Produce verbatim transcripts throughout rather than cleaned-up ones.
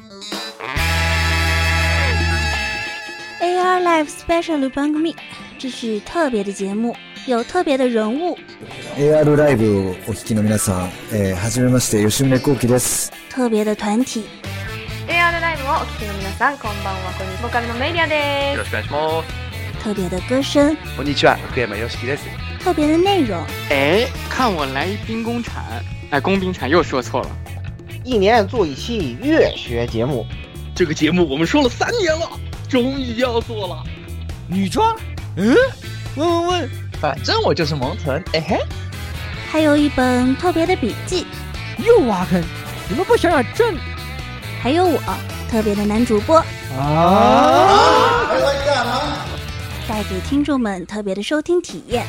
A R Live Special 番組，这是特别的节目，有特别的人物。 エーアール ライブをお聞きの皆さん、えー、はじめまして吉宗幸喜です。 特别的团体。 エーアール ライブをお聞きの皆さん、こんばんは。こんにちは。ボーカルのメイリアです。 よろしくお願いします。 特别的歌声。 こんにちは、福山よしきです。 特别的内容。 哎，看我来一兵工铲，哎，工兵铲又说错了。 一年做一期乐学节目， 这个节目我们说了三年了，终于要做了。 女装？嗯？问问问， 反正我就是萌豚，哎嘿。 还有一本特别的笔记。 又挖坑，你们不想想正？ 还有我，特别的男主播啊， 带给听众们特别的收听体验。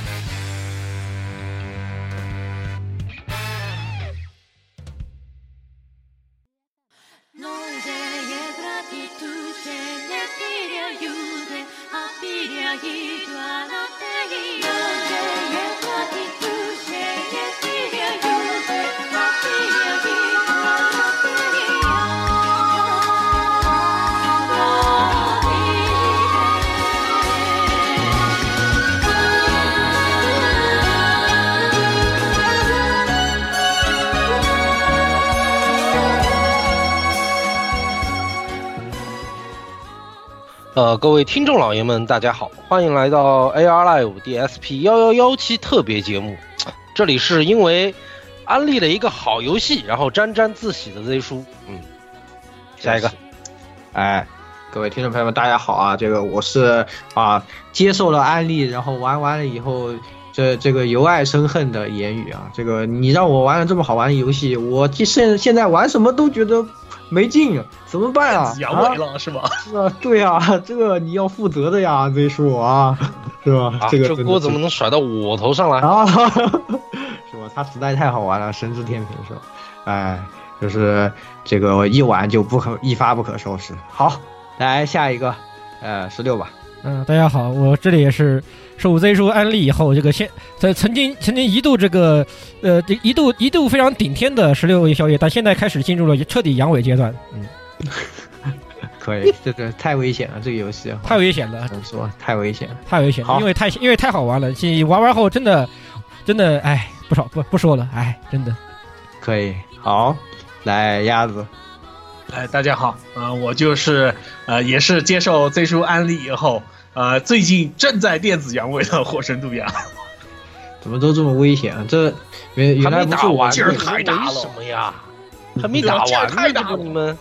呃，各位听众老爷们，大家好，欢迎来到 A R Live D S P 一一一七特别节目。这里是因为安利了一个好游戏，然后沾沾自喜的 Z 叔。嗯，下一个。 哎，各位听众朋友们，大家好啊！这个我是啊，接受了安利，然后玩完了以后，这这个由爱生恨的言语啊，这个你让我玩了这么好玩的游戏，我现现在玩什么都觉得没劲，怎么办啊？ 阳痿了、啊、是吧？ 是啊，对啊，这个你要负责的呀，这叔啊，是吧？ 啊、 这个这锅怎么能甩到我头上来啊？是吧？它实在太好玩了，神之天平是吧？哎，就是这个一玩就不可一发不可收拾。好，来下一个，呃，十六吧。 嗯，大家好，我这里也是受 Z 叔安利以后，这个现在曾经曾经一度这个呃一度一度非常顶天的十六位宵夜，但现在开始进入了彻底阳痿阶段。嗯， 可以，这个太危险了，这个游戏太危险了， 怎么说？太危险了， 太危险了，因为太因为太好玩了，你玩完后真的真的哎，不少不不说了，哎，真的可以。好，来鸭子。 哎，大家好，呃，我就是呃，也是接受 Z 叔安利以后，呃，最近正在电子阳痿的火神杜亚。 怎么都这么危险啊？这原原来不是我劲儿太大了， 什么呀？还没打完呢，太大了，你们。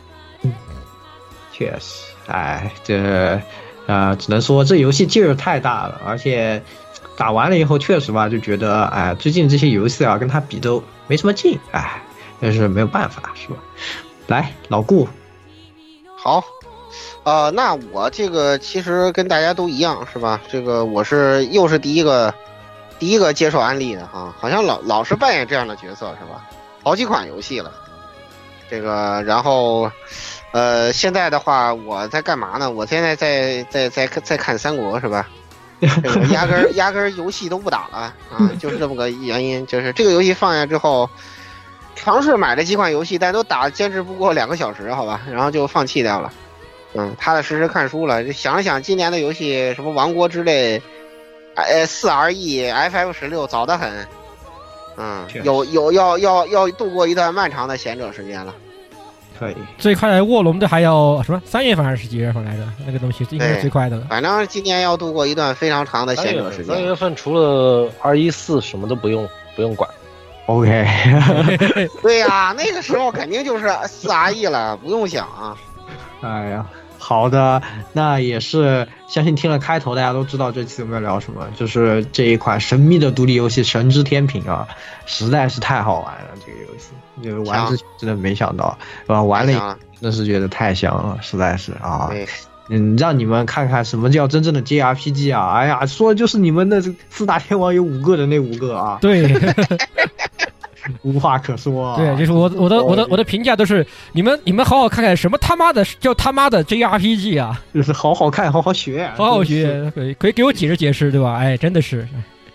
确实，哎，这呃，只能说这游戏劲儿太大了，而且打完了以后，确实吧，就觉得哎，最近这些游戏啊，跟它比都没什么劲，哎，但是没有办法，是吧？来，老顾。 好，呃，那我这个其实跟大家都一样，是吧？这个我是又是第一个，第一个接受安利的哈，好像老老是扮演这样的角色，是吧？好几款游戏了，这个，然后，呃，现在的话我在干嘛呢？我现在在在在在看三国，是吧？这个压根压根游戏都不打了啊，就是这么个原因，就是这个游戏放下之后。尝试买了几款游戏，但都打坚持不过两个小时，好吧，然后就放弃掉了。嗯，踏踏实实看书了。就想了想，今年的游戏什么《王国之泪》、呃四 R E、F F 十六早得很。嗯，有有要要要度过一段漫长的闲者时间了。 可以， 最快的卧龙的还要什么？三月份还是几月份来着？那个东西应该是最快的了。 反正今年要度过一段非常长的闲者时间。 三月份除了二一四什么都不用不用管。 OK， 对呀、啊，那个时候肯定就是四 R E 了，不用想啊。 哎呀，好的，那也是相信听了开头，大家都知道这期我们要聊什么，就是这一款神秘的独立游戏《神之天平》啊，实在是太好玩了，这个游戏，就是玩之前真的没想到，是吧？玩了以后真的是觉得太香了，实在是啊。嗯，让你们看看什么叫真正的 J R P G 啊！哎呀，说的就是你们的四大天王有五个的那五个啊！ 对， 无话可说、啊。 对，就是我我的我的我的评价都是你们你们好好看看什么他妈的叫他妈的 J R P G 啊！ 就是好好看，好好学、啊， 好好学，可以可以给我解释解释，对吧？哎，真的是。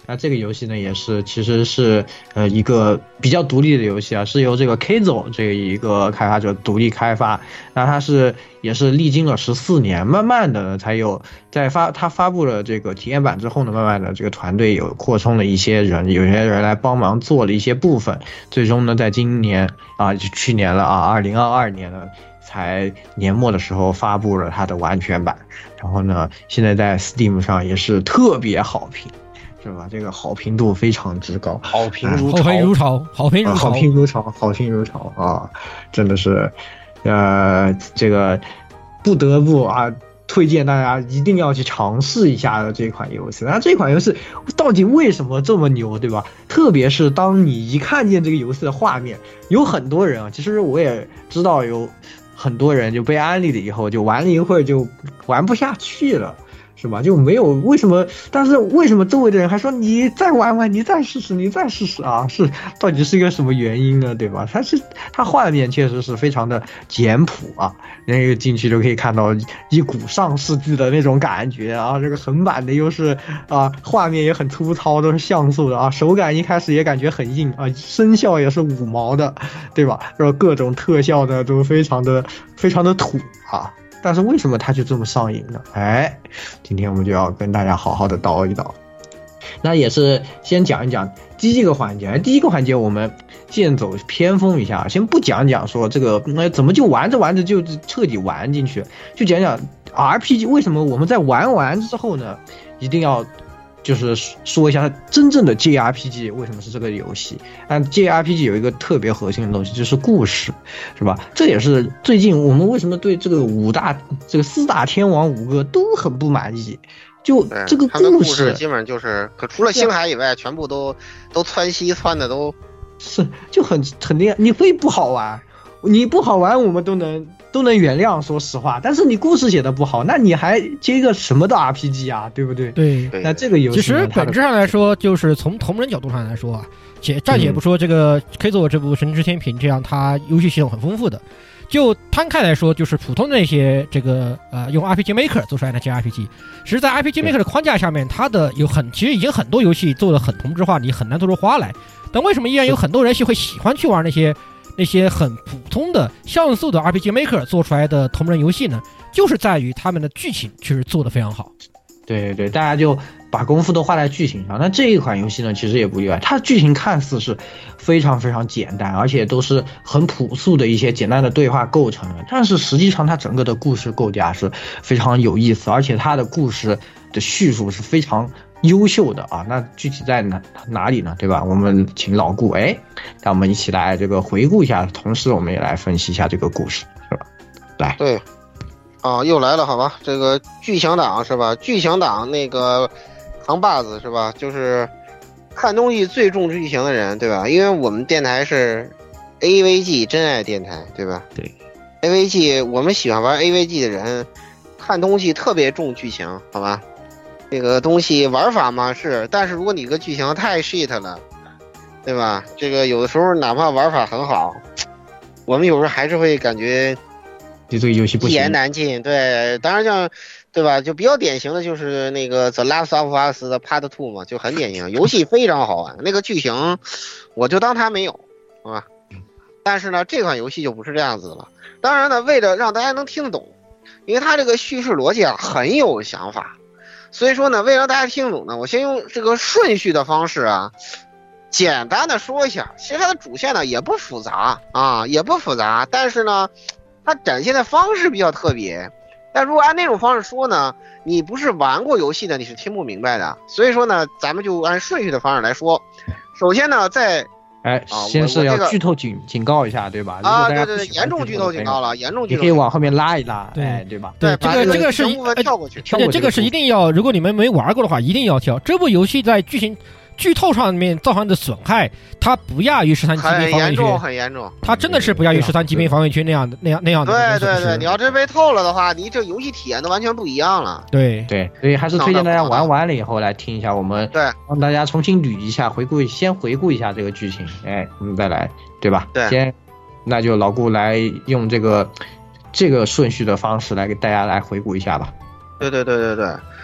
那这个游戏呢，也是其实是呃一个比较独立的游戏啊，是由这个 Kaizo 这个一个开发者独立开发。那它是也是历经了十四年，慢慢的才有在发它发布了这个体验版之后呢，慢慢的这个团队有扩充了一些人，有些人来帮忙做了一些部分，最终呢，在今年啊，就去年了啊，二零二二年呢。才年末的时候发布了它的完全版，然后呢，现在在 Steam 上也是特别好评，是吧？这个好评度非常之高， 好评如潮，好评如潮，好评如潮， 好评如潮，好评如潮啊！真的是，呃，这个不得不啊，推荐大家一定要去尝试一下的这款游戏。那这款游戏到底为什么这么牛，对吧？特别是当你一看见这个游戏的画面，有很多人啊，其实我也知道有。很多人就被安利了以后，就玩了一会儿就玩不下去了，是吧？就没有为什么？但是为什么周围的人还说你再玩玩，你再试试，你再试试啊？是到底是一个什么原因呢？对吧？它是它画面确实是非常的简朴啊，那个进去就可以看到一股上世纪的那种感觉啊。这个横版的又是啊，画面也很粗糙，都是像素的啊，手感一开始也感觉很硬啊，声效也是五毛的，对吧？然后各种特效呢都非常的非常的土啊。但是为什么它就这么上瘾呢？哎，今天我们就要跟大家好好的叨一叨。那也是先讲一讲第一个环节。第一个环节我们剑走偏锋一下，先不讲讲说这个那、呃、怎么就玩着玩着就彻底玩进去，就讲讲 R P G 为什么我们在玩完之后呢，一定要就是说一下真正的 J R P G 为什么是这个游戏。但 J R P G 有一个特别核心的东西，就是故事，是吧？这也是最近我们为什么对这个五大这个四大天王五个都很不满意。就这个他的故事基本上就是，可除了星海以外，全部都都窜稀窜的都是就很很厉害。你会不好玩，你不好玩我们都能都能原谅，说实话。但是你故事写的不好，那你还接个什么的 R P G 啊，对不对？ 对。 那这个游戏其实本质上来说，就是从同人角度上来说啊，且暂且不说这个 K 做这部《神之天平》这样，它游戏系统很丰富的。就摊开来说，就是普通的那些这个呃用 R P G Maker 做出来的 J R P G， 其实在 R P G Maker 的框架下面，它的有很其实已经很多游戏做的很同质化，你很难做出花来。但为什么依然有很多人会喜欢去玩那些那些很普通的像素的 R P G Maker 做出来的同人游戏呢？就是在于他们的剧情确实做得非常好。 对对对，大家就把功夫都花在剧情上。那这一款游戏呢，其实也不例外，它的剧情看似是非常非常简单，而且都是很朴素的一些简单的对话构成的，但是实际上它整个的故事构架是非常有意思，而且它的故事的叙述是非常优秀的啊。那具体在哪哪里呢？对吧？我们请老顾哎，让我们一起来这个回顾一下，同时我们也来分析一下这个故事，是吧？来， 对。啊，又来了，好吧，这个剧情党是吧？剧情党那个扛把子是吧？就是看东西最重剧情的人，对吧？因为我们电台是 A V G 真爱电台，对吧？ 对 ，A V G 我们喜欢玩 A V G 的人，看东西特别重剧情，好吧？这个东西玩法嘛是，但是如果你个剧情太 shit 了，对吧？这个有的时候哪怕玩法很好，我们有时候还是会感觉。 对这个游戏不行， 一言难尽。对，当然像，对吧？就比较典型的就是那个《The Last of Us》的 Part Two 嘛，就很典型。游戏非常好玩，那个剧情我就当它没有，好吧？但是呢，这款游戏就不是这样子了。当然呢，为了让大家能听得懂，因为它这个叙事逻辑啊很有想法，所以说呢，为了让大家听得懂呢，我先用这个顺序的方式啊，简单的说一下。其实它的主线呢也不复杂啊，也不复杂，但是呢。它展现的方式比较特别，但如果按那种方式说呢，你不是玩过游戏的，你是听不明白的。所以说呢，咱们就按顺序的方式来说。首先呢，在哎，先是要剧透警警告一下，对吧？ 啊，对对对，严重剧透警告了，严重剧透。 你可以往后面拉一拉，对对吧？ 对，这个这个是部分跳过去， 而且这个是一定要，如果你们没玩过的话，一定要跳。这部游戏在剧情。剧透上面造成的损害，它不亚于十三级别防卫圈， 很严重，很严重。 它真的是不亚于十三级别防卫圈那样的、那样、那样的。 对对对，你要真被透了的话，你这游戏体验都完全不一样了。 对对，所以还是推荐大家玩完了以后来听一下我们， 对， 让大家重新捋一下，回顾，先回顾一下这个剧情，哎，我们再来，对吧？ 对， 先，那就老顾来用这个这个顺序的方式来给大家来回顾一下吧。 对对对对对。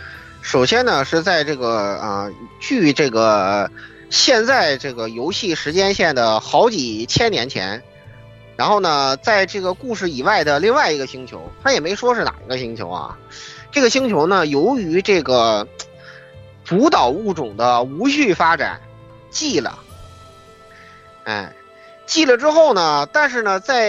首先呢是在这个啊、呃，距这个现在这个游戏时间线的好几千年前，然后呢，在这个故事以外的另外一个星球，他也没说是哪一个星球啊。这个星球呢，由于这个主导物种的无序发展，寂了。哎，寂了之后呢，但是呢，在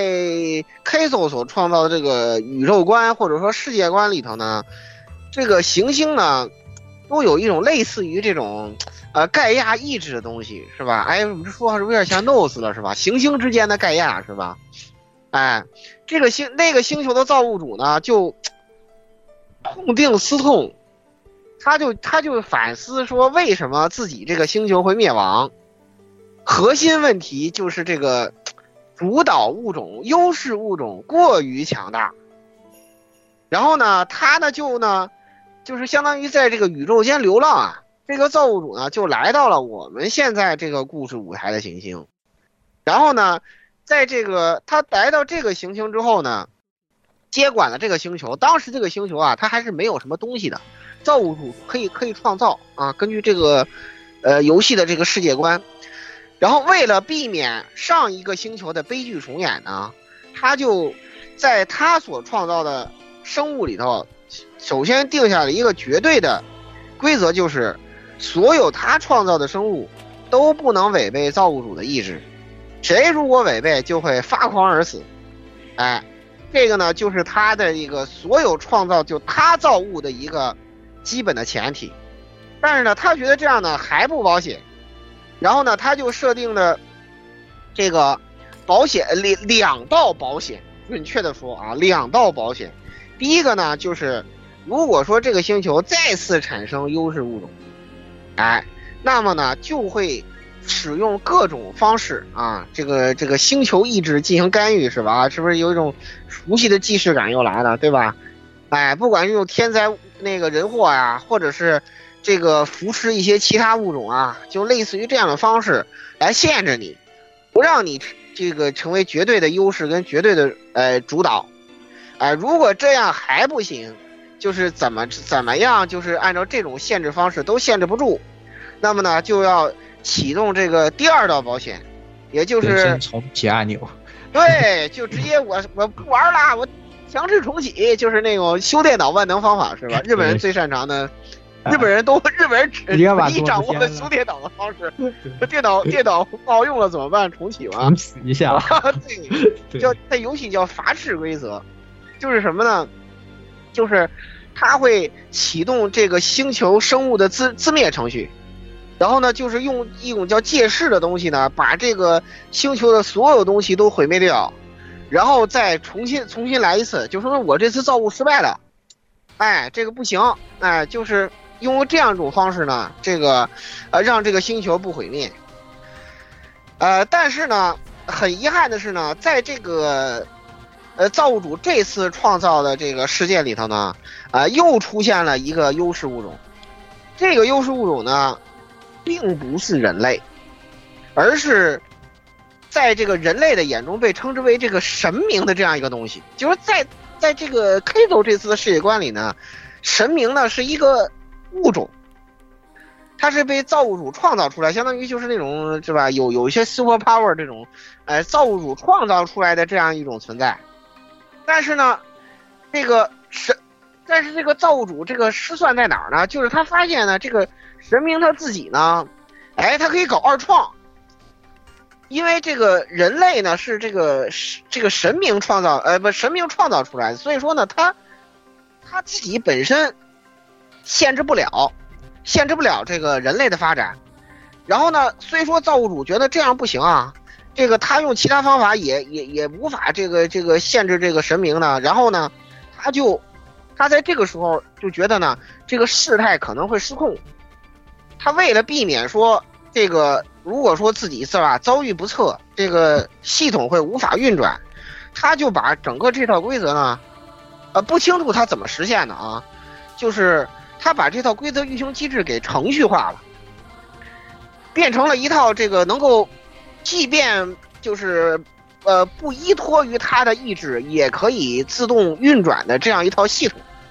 Keizo 所创造的这个宇宙观或者说世界观里头呢，这个行星呢，都有一种类似于这种呃盖亚意志的东西，是吧？哎，我们这说话是不是有点像 Nose 了，是吧？行星之间的盖亚，是吧？哎，这个星那个星球的造物主呢，就痛定思痛，他就他就反思说，为什么自己这个星球会灭亡？核心问题就是这个主导物种、优势物种过于强大。然后呢，他呢就呢，就是相当于在这个宇宙间流浪啊。这个造物主呢，就来到了我们现在这个故事舞台的行星。然后呢，在这个他来到这个行星之后呢，接管了这个星球。当时这个星球啊，它还是没有什么东西的，造物主可以可以创造啊，根据这个呃游戏的这个世界观。然后为了避免上一个星球的悲剧重演呢，他就在他所创造的生物里头，首先定下了一个绝对的规则，就是所有他创造的生物都不能违背造物主的意志，谁如果违背就会发狂而死。哎，这个呢就是他的一个所有创造就他造物的一个基本的前提。但是呢，他觉得这样呢还不保险，然后呢他就设定了这个保险两两道保险，准确的说啊，两道保险。第一个呢就是如果说这个星球再次产生优势物种，哎，那么呢就会使用各种方式啊，这个这个星球意志进行干预，是吧？是不是有一种熟悉的既视感又来了，对吧？哎，不管是用天灾那个人祸呀、啊，或者是这个扶持一些其他物种啊，就类似于这样的方式来限制你，不让你这个成为绝对的优势跟绝对的呃主导。哎、呃，如果这样还不行，就是怎么怎么样，就是按照这种限制方式都限制不住，那么呢就要启动这个第二道保险，也就是重启按钮。 对，就直接我我不玩啦，我强制重启，就是那种修电脑万能方法，是吧？日本人最擅长的，日本人都日本人只一掌握了修电脑的方式，电脑电脑不好用了怎么办？重启嘛， 重启一下。 对，叫在游戏叫罚斥规则，就是什么呢？就是它会启动这个星球生物的自自灭程序。然后呢，就是用一种叫借势的东西呢，把这个星球的所有东西都毁灭掉，然后再重新重新来一次，就说我这次造物失败了，哎，这个不行，哎，就是用这样一种方式呢，这个呃让这个星球不毁灭。呃，但是呢，很遗憾的是呢，在这个呃造物主这次创造的这个世界里头呢，呃，又出现了一个优势物种，这个优势物种呢。并不是人类，而是在这个人类的眼中被称之为这个神明的这样一个东西。就是在在这个 Keizo 这次的世界观里呢，神明呢是一个物种，它是被造物主创造出来，相当于就是那种是吧？有有一些 super power 这种，呃，造物主创造出来的这样一种存在。但是呢，这个神，但是这个造物主这个失算在哪儿呢？就是他发现呢，这个。神明他自己呢，哎，他可以搞二创，因为这个人类呢是这个这个神明创造，呃，不，神明创造出来的，所以说呢，他他自己本身限制不了，限制不了这个人类的发展。然后呢，虽说造物主觉得这样不行啊，这个他用其他方法也也也无法这个这个限制这个神明呢，然后呢，他就他在这个时候就觉得呢，这个事态可能会失控。他为了避免说这个，如果说自己是吧遭遇不测，这个系统会无法运转，他就把整个这套规则呢，呃，不清楚他怎么实现的啊，就是他把这套规则运行机制给程序化了，变成了一套这个能够，即便就是呃不依托于他的意志，也可以自动运转的这样一套系统。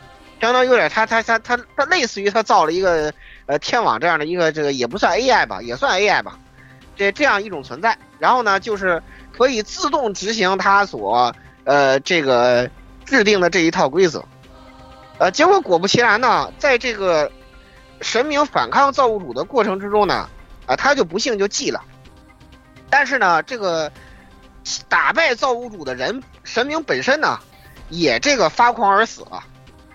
相当于有点他他他他他类似于他造了一个呃天网这样的一个这个也不算 A I 吧，也算 A I 吧，这这样一种存在。然后呢，就是可以自动执行他所呃这个制定的这一套规则。呃，结果果不其然呢，在这个神明反抗造物主的过程之中呢，啊、呃，他就不幸就记了。但是呢，这个打败造物主的人神明本身呢，也这个发狂而死了。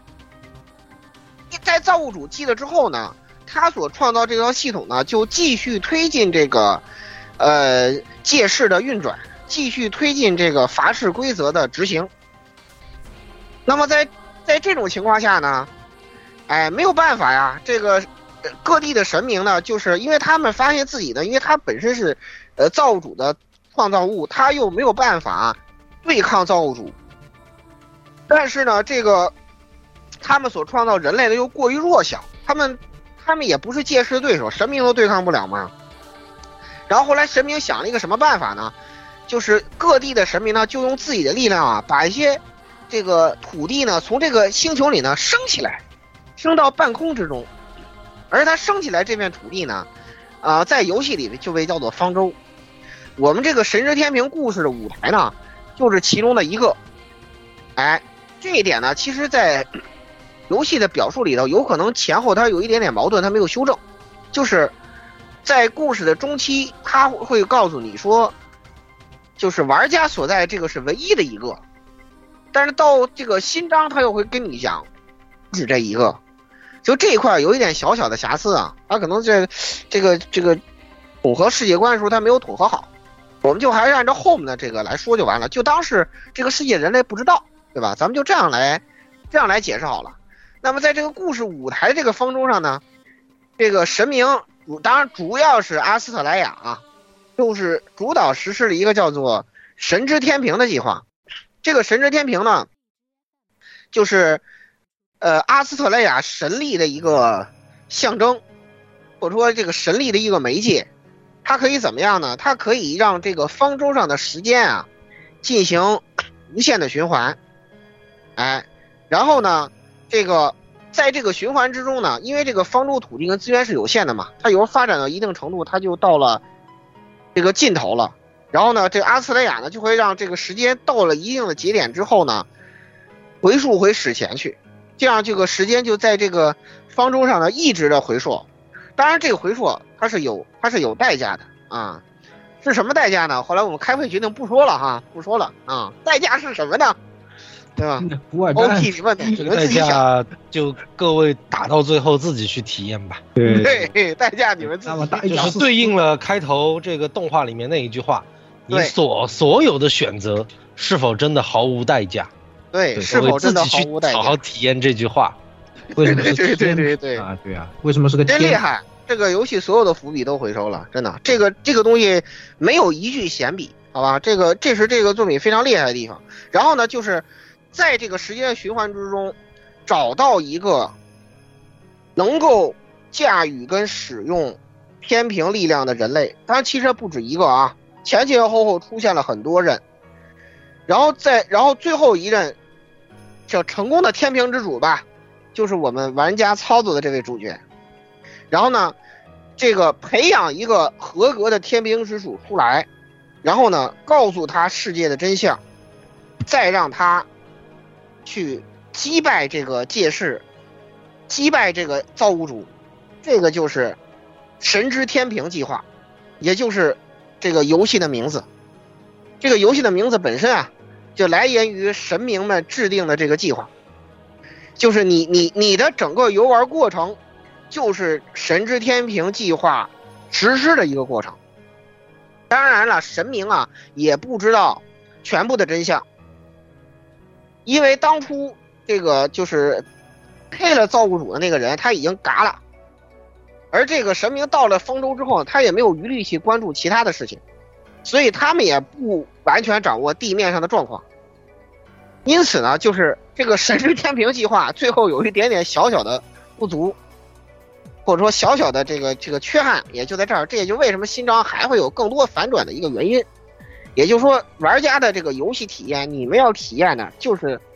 在造物主记了之后呢，他所创造这套系统呢，就继续推进这个呃界势的运转，继续推进这个法式规则的执行。那么在在这种情况下呢，哎，没有办法呀，这个各地的神明呢，就是因为他们发现自己呢，因为他本身是呃造物主的创造物，他又没有办法对抗造物主，但是呢，这个他们所创造人类的又过于弱小，他们他们也不是界势的对手，神明都对抗不了嘛。然后后来神明想了一个什么办法呢？就是各地的神明呢，就用自己的力量啊，把一些这个土地呢，从这个星球里呢升起来，升到半空之中。而它升起来这片土地呢，啊、呃，在游戏里就被叫做方舟。我们这个神之天平故事的舞台呢，就是其中的一个。哎，这一点呢，其实在游戏的表述里头，有可能前后它有一点点矛盾，它没有修正。就是在故事的中期，它会告诉你说，就是玩家所在这个是唯一的一个，但是到这个新章，他又会跟你讲，只这一个。就这一块有一点小小的瑕疵啊，他可能这这个这个统合世界观的时候，他没有统合好。我们就还是按照 home 的这个来说就完了，就当是这个世界人类不知道，对吧？咱们就这样来这样来解释好了。那么在这个故事舞台这个方舟上呢，这个神明当然主要是阿斯特莱雅啊，就是主导实施了一个叫做神之天平的计划。这个神之天平呢，就是呃阿斯特莱雅神力的一个象征，或者说这个神力的一个媒介。它可以怎么样呢？它可以让这个方舟上的时间啊进行无限的循环，哎，然后呢，这个在这个循环之中呢，因为这个方舟土地跟资源是有限的嘛，它有时候发展到一定程度，它就到了这个尽头了。然后呢，这个阿斯莱雅呢就会让这个时间到了一定的节点之后呢，回溯回史前去，这样这个时间就在这个方舟上呢一直的回溯。当然，这个回溯它是有它是有代价的啊，是什么代价呢？后来我们开会决定不说了哈，不说了啊，代价是什么呢？对吧 ？O T 里问的，你们自己想。 代价就各位打到最后自己去体验吧。 对对，代价你们自己。 就是对应了开头这个动画里面那一句话：你所所有的选择是否真的毫无代价？ 对，是否真的毫无代价？ 好好体验这句话。 为什么是对对对对啊？对啊，为什么是个天？ 真厉害！这个游戏所有的伏笔都回收了，真的，这个这个东西没有一句闲笔，好吧？这个这是这个作品非常厉害的地方。然后呢，就是在这个时间循环之中，找到一个能够驾驭跟使用天平力量的人类，当然其实不止一个啊，前前后后出现了很多人，然后在然后最后一任叫成功的天平之主吧，就是我们玩家操作的这位主角。然后呢，这个培养一个合格的天平之主出来，然后呢，告诉他世界的真相，再让他去击败这个界势，击败这个造物主，这个就是神之天平计划，也就是这个游戏的名字。这个游戏的名字本身啊，就来源于神明们制定的这个计划，就是你你你的整个游玩过程。就是神之天平计划实施的一个过程。当然了，神明啊也不知道全部的真相，因为当初这个就是配了造物主的那个人他已经嘎了，而这个神明到了方舟之后，他也没有余力去关注其他的事情，所以他们也不完全掌握地面上的状况。因此呢，就是这个神之天平计划最后有一点点小小的不足。或者说小小的这个这个缺憾也就在这儿，这也就为什么新章还会有更多反转的一个原因。也就是说，玩家的这个游戏体验，你们要体验的就是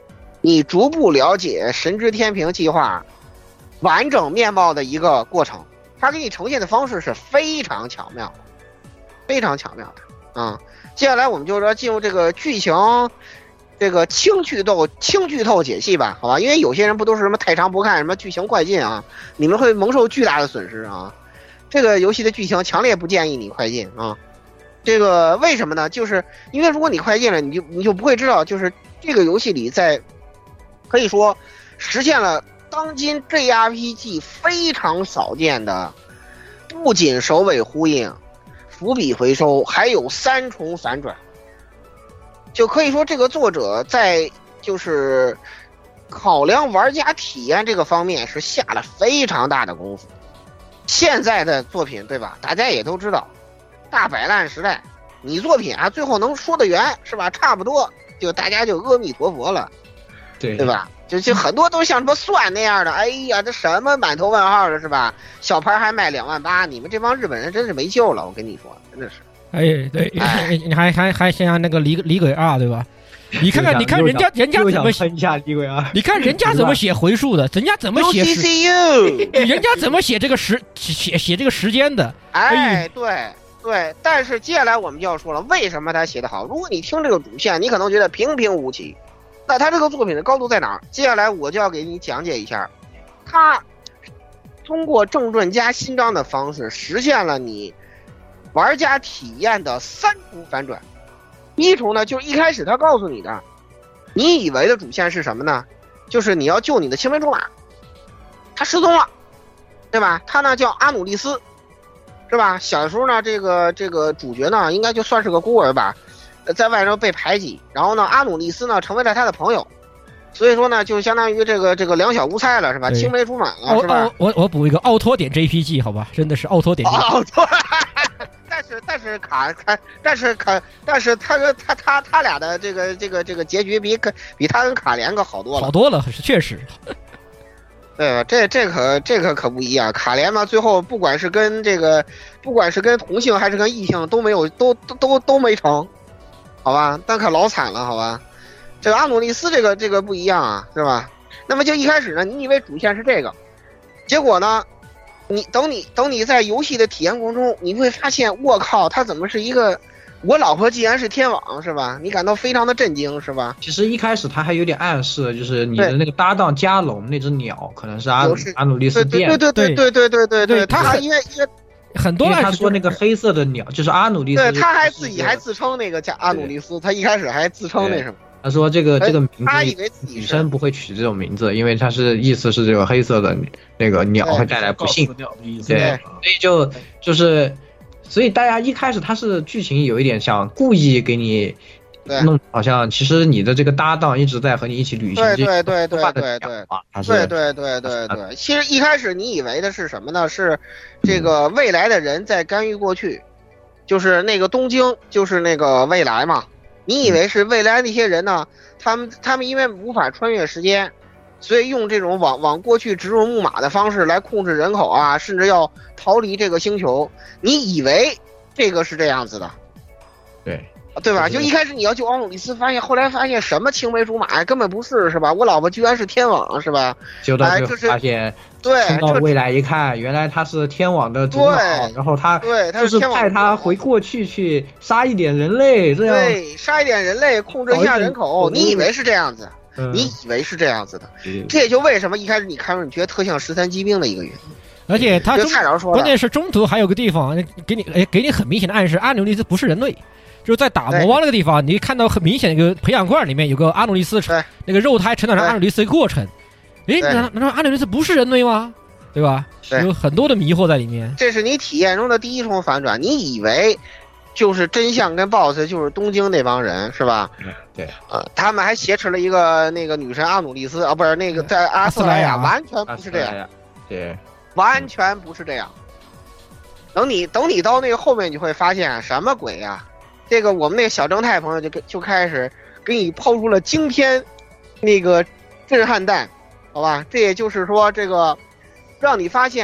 你逐步了解神之天平计划完整面貌的一个过程。它给你呈现的方式是非常巧妙的，非常巧妙的啊、嗯！接下来我们就说进入这个剧情，这个轻剧透、轻剧透解析吧，好吧？因为有些人不都是什么太长不看，什么剧情快进啊，你们会蒙受巨大的损失啊！这个游戏的剧情强烈不建议你快进啊！这个为什么呢？就是因为如果你快进了，你就你就不会知道，就是这个游戏里在可以说实现了当今 J R P G 非常少见的，不仅首尾呼应、伏笔回收，还有三重反转。就可以说这个作者在就是考量玩家体验这个方面是下了非常大的功夫。现在的作品对吧，大家也都知道，大摆烂时代，你作品啊最后能说得圆是吧，差不多就大家就阿弥陀佛了， 对对吧？就就很多都像什么算那样的，哎呀，这什么满头问号的是吧？小牌还卖两万八，你们这帮日本人真是没救了，我跟你说，真的是。 哎，对，哎、你还还还像那个李李鬼二对吧？你看看，你看人家人家怎么喷一下李鬼二？ 你看人家怎么写回数的，人家怎么写时，人家怎么写这个时写写这个时间的？ 哎，对对，但是接下来我们就要说了，为什么他写得好？如果你听这个主线，你可能觉得平平无奇。那他这个作品的高度在哪儿？接下来我就要给你讲解一下，他通过正传加新章的方式，实现了你玩家体验的三重反转。第一重呢，就是一开始他告诉你的，你以为的主线是什么呢？就是你要救你的青梅竹马，他失踪了，对吧？他呢叫阿努利斯，是吧？小时候呢，这个这个主角呢，应该就算是个孤儿吧。在外头被排挤，然后呢，阿努利斯呢成为了他的朋友，所以说呢，就相当于这个这个两小无猜了，是吧？青梅竹马了，是吧？ 我我补一个奥托点 J P G 好吧，真的是奥托点 J P G。 奥托，但是但是卡卡，但是卡，但是他跟他他他俩的这个这个这个结局比比他跟卡莲可好多了， 好多了，确实。 对吧？这这可这个可不一样。卡莲嘛，最后不管是跟这个，不管是跟同性还是跟异性都没有，都都都都没成。好吧，但可老惨了，好吧。这个阿努利斯这个这个不一样啊，是吧？那么就一开始呢，你以为主线是这个，结果呢，你等你等你在游戏的体验过程中，你会发现，我靠，他怎么是一个？我老婆竟然是天网，是吧？你感到非常的震惊，是吧？ 其实一开始他还有点暗示，就是你的那个搭档加隆那只鸟可能是阿阿努利斯变， 对对对对对对对对， 他还因为因为。 很多他说那个黑色的鸟就是阿努利斯， 对，他还自己还自称那个叫阿努利斯，他一开始还自称那什么。 他说这个这个名字， 他以为自己女生不会取这种名字，因为他是意思是这个黑色的那个鸟会带来不幸。对，所以就就是，所以大家一开始他是剧情有一点想故意给你弄，好像其实你的这个搭档一直在和你一起旅行。 对对对对对对， 对对对对对。其实一开始你以为的是什么呢？是这个未来的人在干预过去，就是那个东京，就是那个未来嘛。你以为是未来那些人呢？他们他们因为无法穿越时间，所以用这种往往过去植入木马的方式来控制人口啊，甚至要逃离这个星球。你以为这个是这样子的？ 对。 对吧？就一开始你要救奥努利斯，发现后来发现什么青梅竹马根本不是，是吧？我老婆居然是天网，是吧？ 就到最后发现， 对， 冲到未来一看，原来他是天网的主脑，然后他对， 就是派他回过去去杀一点人类，这样对，杀一点人类，控制一下人口。你以为是这样子？你以为是这样子的？这也就为什么一开始你看着你觉得特像十三机兵的一个原因。 而且他就蔡老师说， 关键是中途还有个地方给你哎给你很明显的暗示，阿努利斯不是人类。就是在打魔王那个地方，你看到很明显一个培养罐里面有个阿努利斯那个肉胎成长成阿努利斯的过程。诶，难道阿努利斯不是人类吗？对吧？有很多的迷惑在里面。 这是你体验中的第一重反转，你以为就是真相跟 boss 就是东京那帮人，是吧？ 对， 呃，他们还挟持了一个那个女神阿努利斯啊，不是那个在阿斯莱亚，完全不是这样。 对， 完全不是这样。等你等你到那个后面，你会发现什么鬼呀？这个我们那个小正太朋友就就开始给你抛出了惊天那个震撼弹，好吧？这也就是说，这个让你发现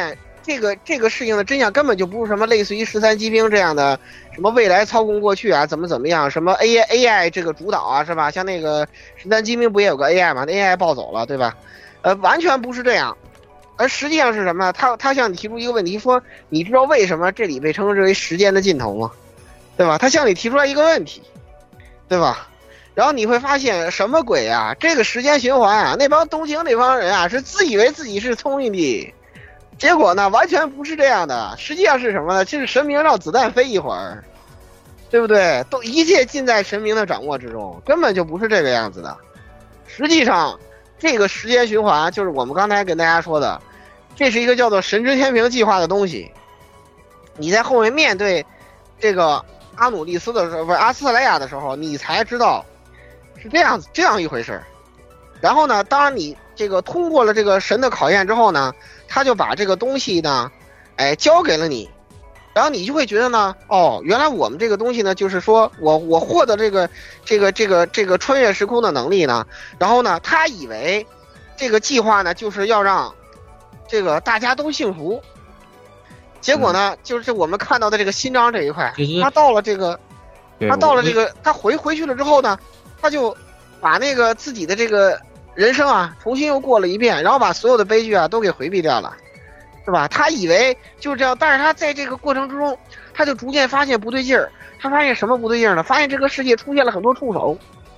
这个这个事情的真相根本就不是什么类似于十三机兵这样的什么未来操控过去啊，怎么怎么样，什么 A I A I 这个主导啊，是吧？像那个十三机兵不也有个 A I 嘛？那 A I 暴走了，对吧？呃，完全不是这样。而实际上是什么？他他向你提出一个问题，说你知道为什么这里被称之为时间的尽头吗？对吧？他向你提出来一个问题，对吧？然后你会发现什么鬼啊？这个时间循环啊，那帮东京那帮人啊，是自以为自己是聪明的，结果呢，完全不是这样的。实际上是什么呢？就是神明让子弹飞一会儿，对不对？都一切尽在神明的掌握之中，根本就不是这个样子的。实际上，这个时间循环就是我们刚才跟大家说的，这是一个叫做神之天平计划的东西。你在后面面对这个阿努利斯的时候，不是阿斯特莱亚的时候，你才知道是这样子这样一回事儿。然后呢，当然你这个通过了这个神的考验之后呢，他就把这个东西呢，哎，交给了你。然后你就会觉得呢，哦，原来我们这个东西呢，就是说我我获得这个这个这个这个穿越时空的能力呢，然后呢，他以为这个计划呢就是要让这个大家都幸福，结果呢，嗯、就是我们看到的这个新章这一块，他到了这个，他到了这个，他回回去了之后呢，他就把那个自己的这个人生啊重新又过了一遍，然后把所有的悲剧啊都给回避掉了。是吧？他以为就是这样，但是他在这个过程之中，他就逐渐发现不对劲儿。他发现什么不对劲儿呢？发现这个世界出现了很多触手，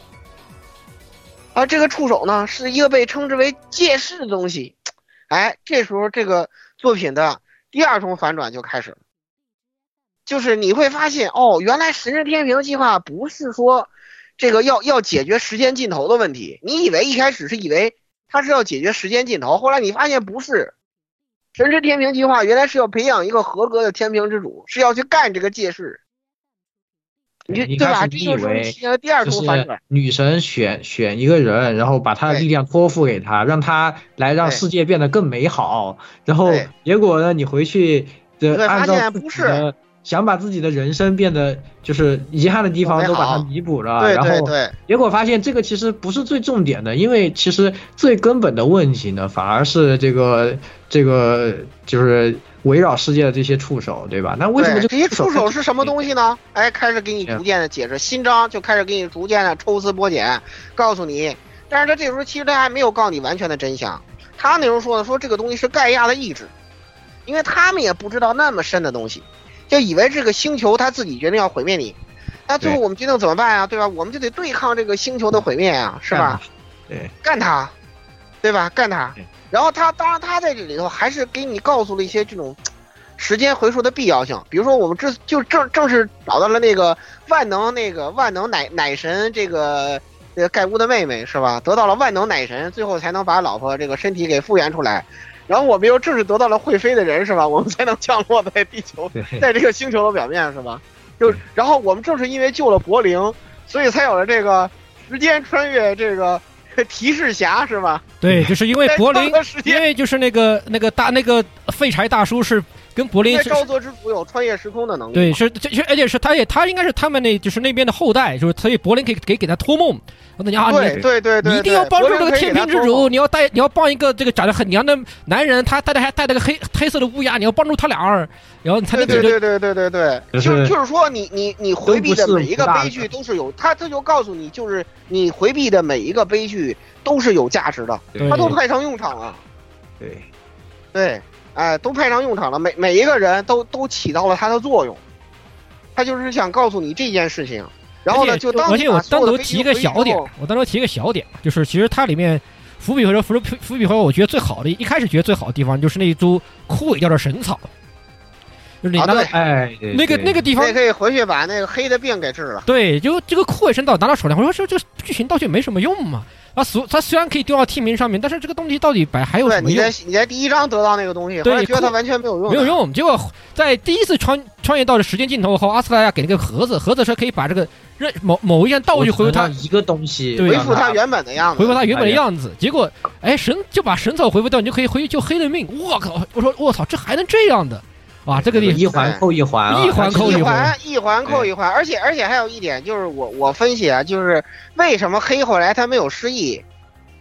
而这个触手呢，是一个被称之为借势的东西。哎，这时候这个作品的第二重反转就开始了，就是你会发现，哦，原来神之天平计划不是说这个要要解决时间尽头的问题。你以为一开始是以为他是要解决时间尽头，后来你发现不是。神之天平计划原来是要培养一个合格的天平之主，是要去干这个借势，你对吧？这就是第二重反转。 女神选选一个人，然后把他的力量托付给他，让他来让世界变得更美好。然后结果呢，你回去的按照自己的想把自己的人生变得就是遗憾的地方都把它弥补了， 对对然后对结果发现这个其实不是最重点的，因为其实最根本的问题呢，反而是这个这个就是围绕世界的这些触手，对吧？那为什么这些触手是什么东西呢？哎，开始给你逐渐的解释，新章就开始给你逐渐的抽丝剥茧，告诉你。但是他这时候其实他还没有告诉你完全的真相，他那时候说的说这个东西是盖亚的意志，因为他们也不知道那么深的东西。就以为这个星球他自己决定要毁灭你，那最后我们决定怎么办啊？对吧？我们就得对抗这个星球的毁灭啊，是吧？ 对， 干他，对吧？干他。然后他当然他在这里头还是给你告诉了一些这种时间回溯的必要性，比如说我们这就正正是找到了那个万能那个万能奶奶神这个这个盖乌的妹妹是吧？得到了万能奶神，最后才能把老婆这个身体给复原出来。然后我们又正是得到了会飞的人是吧？我们才能降落在地球，在这个星球的表面是吧？就然后我们正是因为救了柏林，所以才有了这个时间穿越这个提示侠是吧？ 对，就是因为柏林，因为就是那个那个大那个废柴大叔是跟柏林是，因为沼泽之主有穿越时空的能力。 对，是这而且是他也他应该是他们那就是那边的后代，就是所以柏林可以给给他托梦。那你啊， 对对对对， 你一定要帮助这个天平之主，你要带你要帮一个这个长得很娘的男人，他带的还带了个黑黑色的乌鸦，你要帮助他俩儿，然后你才能对对对对对对，就就是说你你你回避的每一个悲剧都是有，他他就告诉你，就是你回避的每一个悲剧都是有价值的，他都派上用场了。 对对，哎，都派上用场了，每每一个人都都起到了他的作用，他就是想告诉你这件事情。然后呢，就当而且我单独提一个小点，我单独提一个小点，就是其实它里面伏笔和伏伏笔和我觉得最好的，一开始觉得最好的地方就是那一株枯萎掉的神草，就是你拿到、 啊、 哎那个那个地方， 可以回去把那个黑的病给治了。 对，就这个枯萎神草拿到手上，我说这这剧情道具没什么用嘛。啊，虽它虽然可以丢到天平上面，但是这个东西到底摆还有什么用？ 对，你在你在第一章得到那个东西，后来觉得它完全没有用， 没有用。结果在第一次穿穿越到了时间尽头后，阿斯拉亚给那个盒子，盒子是可以把这个任某某一件道具回复它一个东西， 回复它原本的样子， 回复它原本的样子。结果哎，神就把神草回复掉，你就可以回去救黑的命。我靠！我说我操，这还能这样的？啊，这个地一环扣一环、啊， 一环扣一环， 一环扣一环。而且而且还有一点就是我我分析啊，就是为什么黑后来他没有失忆。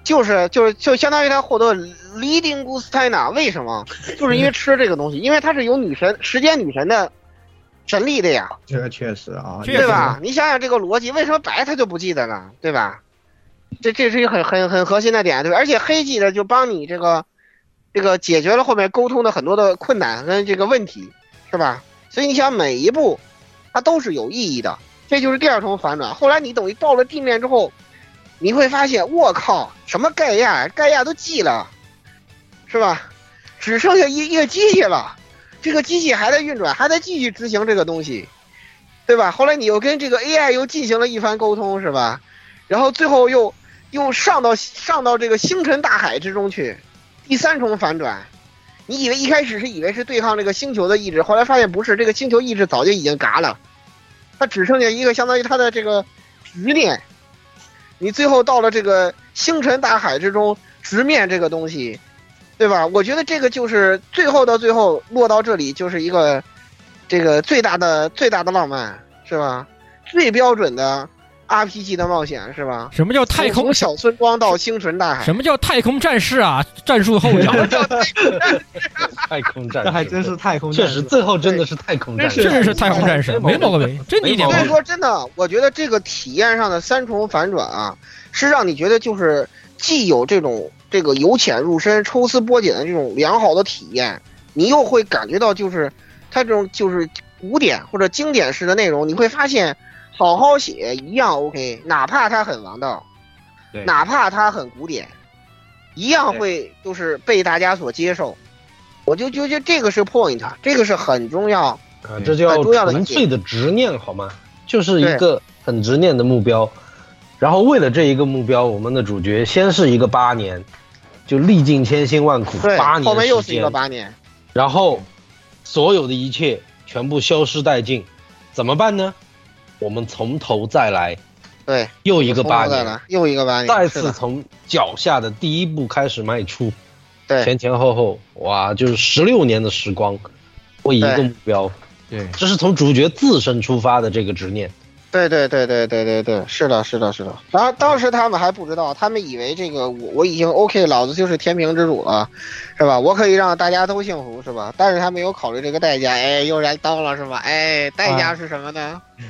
就是就是就相当于他获得 leading Gustina， 为什么？就是因为吃这个东西，因为它是有女神时间女神的神力的呀。 这个确实啊， 对吧？你想想这个逻辑，为什么白他就不记得呢？对吧？这这是一个很很很核心的点，对吧？而且黑记得就帮你这个这个解决了后面沟通的很多的困难跟这个问题，是吧？所以你想每一步它都是有意义的，这就是第二重反转。后来你等于到了地面之后。你会发现，我靠，什么盖亚，盖亚都记了，是吧？只剩下一一个机器了，这个机器还在运转，还在继续执行这个东西，对吧？后来你又跟这个 A I 又进行了一番沟通，是吧？然后最后又又上到上到这个星辰大海之中去，第三重反转。你以为一开始是以为是对抗这个星球的意志，后来发现不是，这个星球意志早就已经嘎了，它只剩下一个相当于它的这个执念。你最后到了这个星辰大海之中直面这个东西，对吧？我觉得这个就是最后到最后落到这里，就是一个这个最大的最大的浪漫，是吧？最标准的 R P G 的冒险，是吧？ 什么叫太空从小村庄到星辰大海？ 什么叫太空战士啊？战术后仰。 太空战士， 这还真是太空战士， 确实最后真的是太空战士， 真是太空战士，没毛病，真的一点毛病。 所以说真的，我觉得这个体验上的三重反转啊，是让你觉得就是既有这种这个由浅入深、抽丝剥茧的这种良好的体验，你又会感觉到就是它这种就是古典或者经典式的内容，你会发现好好写一样 OK， 哪怕它很王道，哪怕它很古典，一样会就是被大家所接受。我就觉得这个是 point， 这个是很重要啊，这叫纯粹的执念好吗？就是一个很执念的目标，然后为了这一个目标，我们的主角先是一个八年，就历尽千辛万苦，八年时间， 后面又是一个八年， 然后所有的一切全部消失殆尽，怎么办呢？我们从头再来， 对， 又一个八年， 又一个八年， 再次从脚下的第一步开始迈出。 对， 前前后后，哇，就是十六年的时光，为一个目标， 对， 这是从主角自身出发的这个执念。 对对对对对对对，是的，是的，是的。当当时他们还不知道，他们以为这个我我已经 OK， 老子就是天平之主了，是吧？我可以让大家都幸福，是吧？但是他没有考虑这个代价，哎，又燃刀了，是吧？哎，代价是什么呢？啊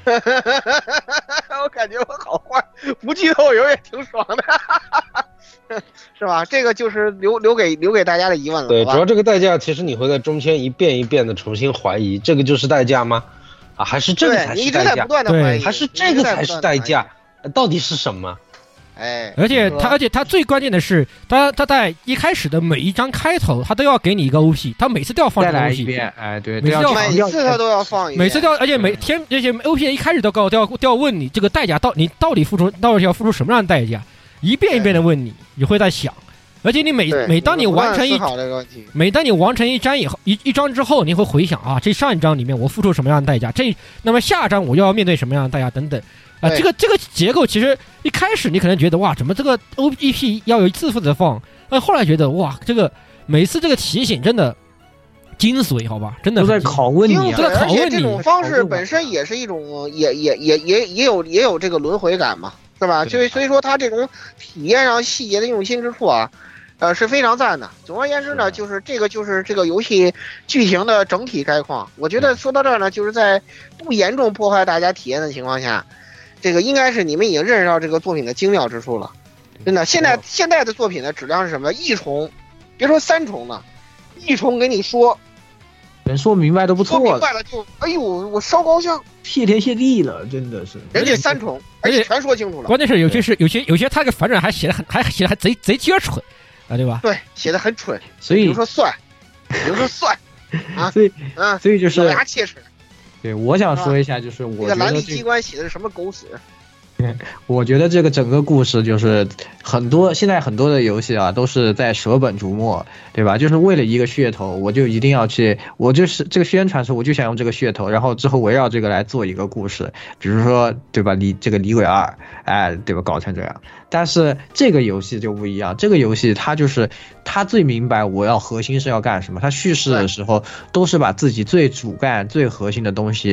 我感觉我好坏，不剧透有也挺爽的，是吧？这个就是留留给留给大家的疑问了。 对，主要这个代价其实你会在中间一遍一遍的重新怀疑，这个就是代价吗？啊，还是这个才是代价？ 对， 还是这个才是代价？到底是什么？ 哎， 而且他，而且他最关键的是，他他在一开始的每一章开头，他都要给你一个 O P， 他每次都要放这个 O P， 一遍，哎，对， 每次要每次他都要放一遍， 每次都要，而且每天而且 O P 一开始都告都要都要问你这个代价到你到底付出到底要付出什么样的代价，一遍一遍的问你，你会在想，而且你每每当你完成一每当你完成一章以后一一章之后，你会回想啊，这上一章里面我付出什么样的代价，这那么下章我又要面对什么样的代价等等。啊，这个这个结构其实一开始你可能觉得哇，怎么这个 O E P 要有一次次的放，但后来觉得哇，这个每次这个提醒真的精髓，好吧，真的都在拷问你， 都在拷问你。 这种方式本身也是一种，也也也也也有也有这个轮回感嘛，是吧？就所以说它这种体验上细节的用心之处啊，呃是非常赞的。总而言之呢，就是这个就是这个游戏剧情的整体概况。我觉得说到这儿呢，就是在不严重破坏大家体验的情况下。这个应该是你们已经认识到这个作品的精妙之处了，真的。现在现在的作品的质量是什么？一重，别说三重了，一重给你说， 能说明白都不错了。 说明白了就，哎呦，我烧高香， 谢天谢地了，真的是。 人家三重，而且全说清楚了。 关键是有些是有些有些他这个反转还写的很还写的还贼贼鸡儿蠢啊，对吧？ 对，写的很蠢。 所以比如说蒜，比如说蒜啊， 所以啊， 所以就是咬牙切齿。 对，我想说一下，就是我这个蓝力机关写的是什么狗屎？ 我觉得这个整个故事就是很多现在很多的游戏啊，都是在舍本逐末，对吧？就是为了一个噱头，我就一定要去，我就是这个宣传时我就想用这个噱头，然后之后围绕这个来做一个故事，比如说对吧？李这个李鬼二，哎，对吧？搞成这样。但是这个游戏就不一样，这个游戏它就是它最明白我要核心是要干什么，它叙事的时候都是把自己最主干、最核心的东西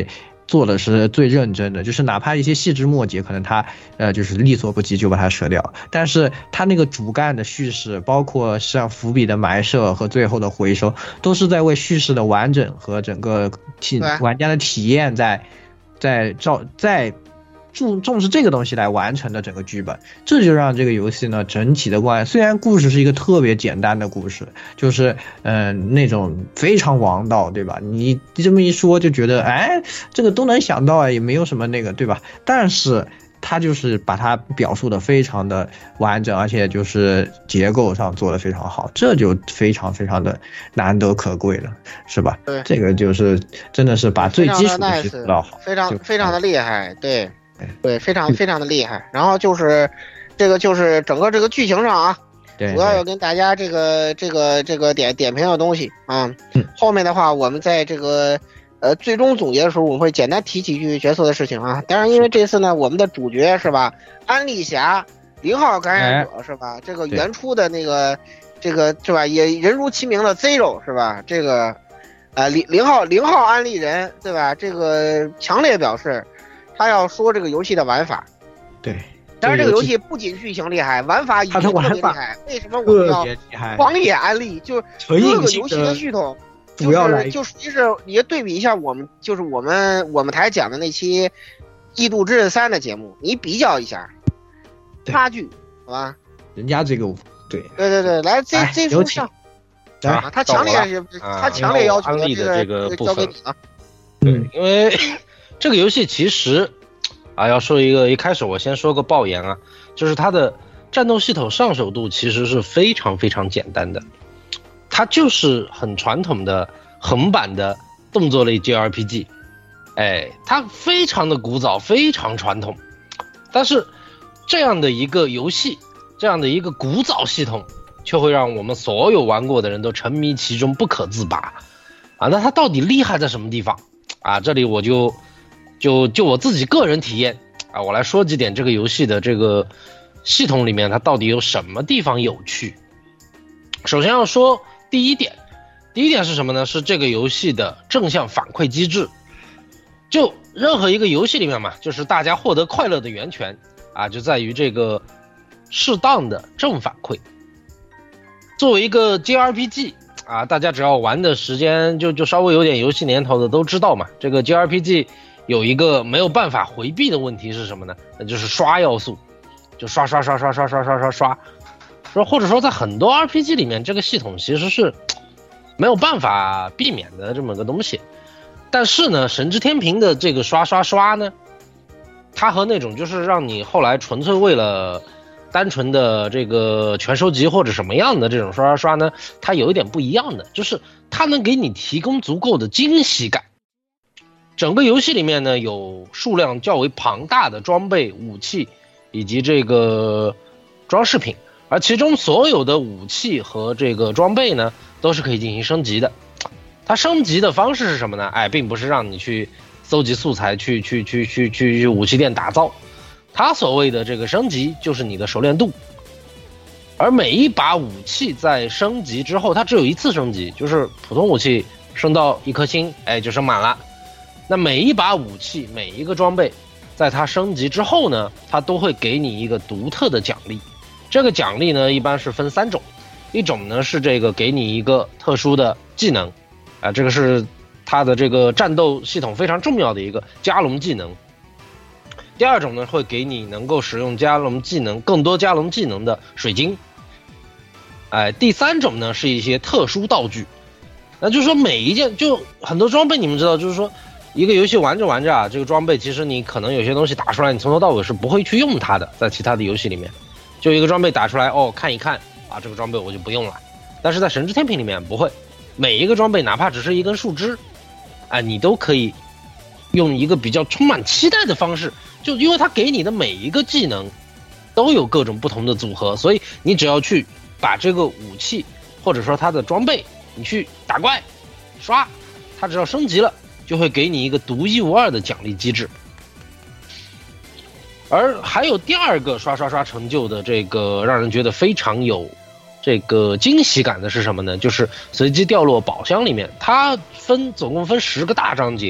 做的是最认真的，就是哪怕一些细枝末节，可能他呃就是力所不及就把它舍掉，但是他那个主干的叙事，包括像伏笔的埋设和最后的回收，都是在为叙事的完整和整个体玩家的体验在在照在重重视这个东西来完成的整个剧本，这就让这个游戏呢整体的观，虽然故事是一个特别简单的故事，就是嗯、呃、那种非常王道，对吧？你这么一说就觉得哎这个都能想到啊，也没有什么那个，对吧？但是它就是把它表述的非常的完整，而且就是结构上做的非常好，这就非常非常的难得可贵了，是吧？ 对， 这个就是真的是把最基础的去做到好， 非常非常的厉害，对。对，非常非常的厉害。然后就是这个就是整个这个剧情上啊， 对， 主要要跟大家这个这个这个点点评的东西啊。后面的话，我们在这个呃最终总结的时候，我们会简单提几句角色的事情啊。当然，因为这次呢，我们的主角是吧，安利侠零号感染者是吧？这个原初的那个这个是吧，也人如其名的 Zero 是吧？这个呃零零号零号安利人对吧？这个强烈表示。他要说这个游戏的玩法， 对， 当然这个游戏不仅剧情厉害，玩法也特别厉害。为什么我们要狂野安利？就这个游戏的系统，就是就属于是你对比一下我们就是我们我们台讲的那期《异度之刃三》的节目，你比较一下差距，好吧？ 人家这个对对对对，来这这书上，啊，他强烈他强烈要求安利的这个部分啊， 对，因为。这个游戏其实，啊，要说一个，一开始我先说个爆言啊，就是它的战斗系统上手度其实是非常非常简单的，它就是很传统的横版的动作类 J R P G， 哎，它非常的古早，非常传统，但是这样的一个游戏，这样的一个古早系统，却会让我们所有玩过的人都沉迷其中不可自拔，啊，那它到底厉害在什么地方啊？这里我就。就就我自己个人体验啊，我来说几点这个游戏的这个系统里面它到底有什么地方有趣。首先要说第一点，第一点是什么呢？是这个游戏的正向反馈机制。就任何一个游戏里面嘛，就是大家获得快乐的源泉啊，就在于这个适当的正反馈。作为一个 J R P G 啊，大家只要玩的时间就就稍微有点游戏年头的都知道嘛，这个 J R P G。有一个没有办法回避的问题是什么呢？那就是刷要素，就刷刷刷刷刷刷刷刷刷，说或者说在很多 R P G 里面，这个系统其实是没有办法避免的这么个东西。但是呢，神之天平的这个刷刷刷呢，它和那种就是让你后来纯粹为了单纯的这个全收集或者什么样的这种刷刷刷呢，它有一点不一样的，就是它能给你提供足够的惊喜感。整个游戏里面呢，有数量较为庞大的装备、武器以及这个装饰品，而其中所有的武器和这个装备呢，都是可以进行升级的。它升级的方式是什么呢？哎，并不是让你去搜集素材去去去去去去武器店打造，它所谓的这个升级就是你的熟练度。而每一把武器在升级之后，它只有一次升级，就是普通武器升到一颗星，哎，就升满了。那每一把武器，每一个装备，在它升级之后呢，它都会给你一个独特的奖励。这个奖励呢，一般是分三种，一种呢是这个给你一个特殊的技能，啊，这个是它的这个战斗系统非常重要的一个加龙技能。第二种呢，会给你能够使用加龙技能更多加龙技能的水晶。哎，第三种呢是一些特殊道具。那就是说每一件就很多装备你们知道，就是说一个游戏玩着玩着啊，这个装备其实你可能有些东西打出来，你从头到尾是不会去用它的，在其他的游戏里面，就一个装备打出来，哦，看一看啊，这个装备我就不用了。但是在神之天平里面不会，每一个装备哪怕只是一根树枝，哎，你都可以用一个比较充满期待的方式，就因为它给你的每一个技能都有各种不同的组合，所以你只要去把这个武器或者说它的装备，你去打怪刷，它只要升级了，就会给你一个独一无二的奖励机制。而还有第二个刷刷刷成就的这个让人觉得非常有这个惊喜感的是什么呢？就是随机掉落宝箱里面，它分总共分十个大章节，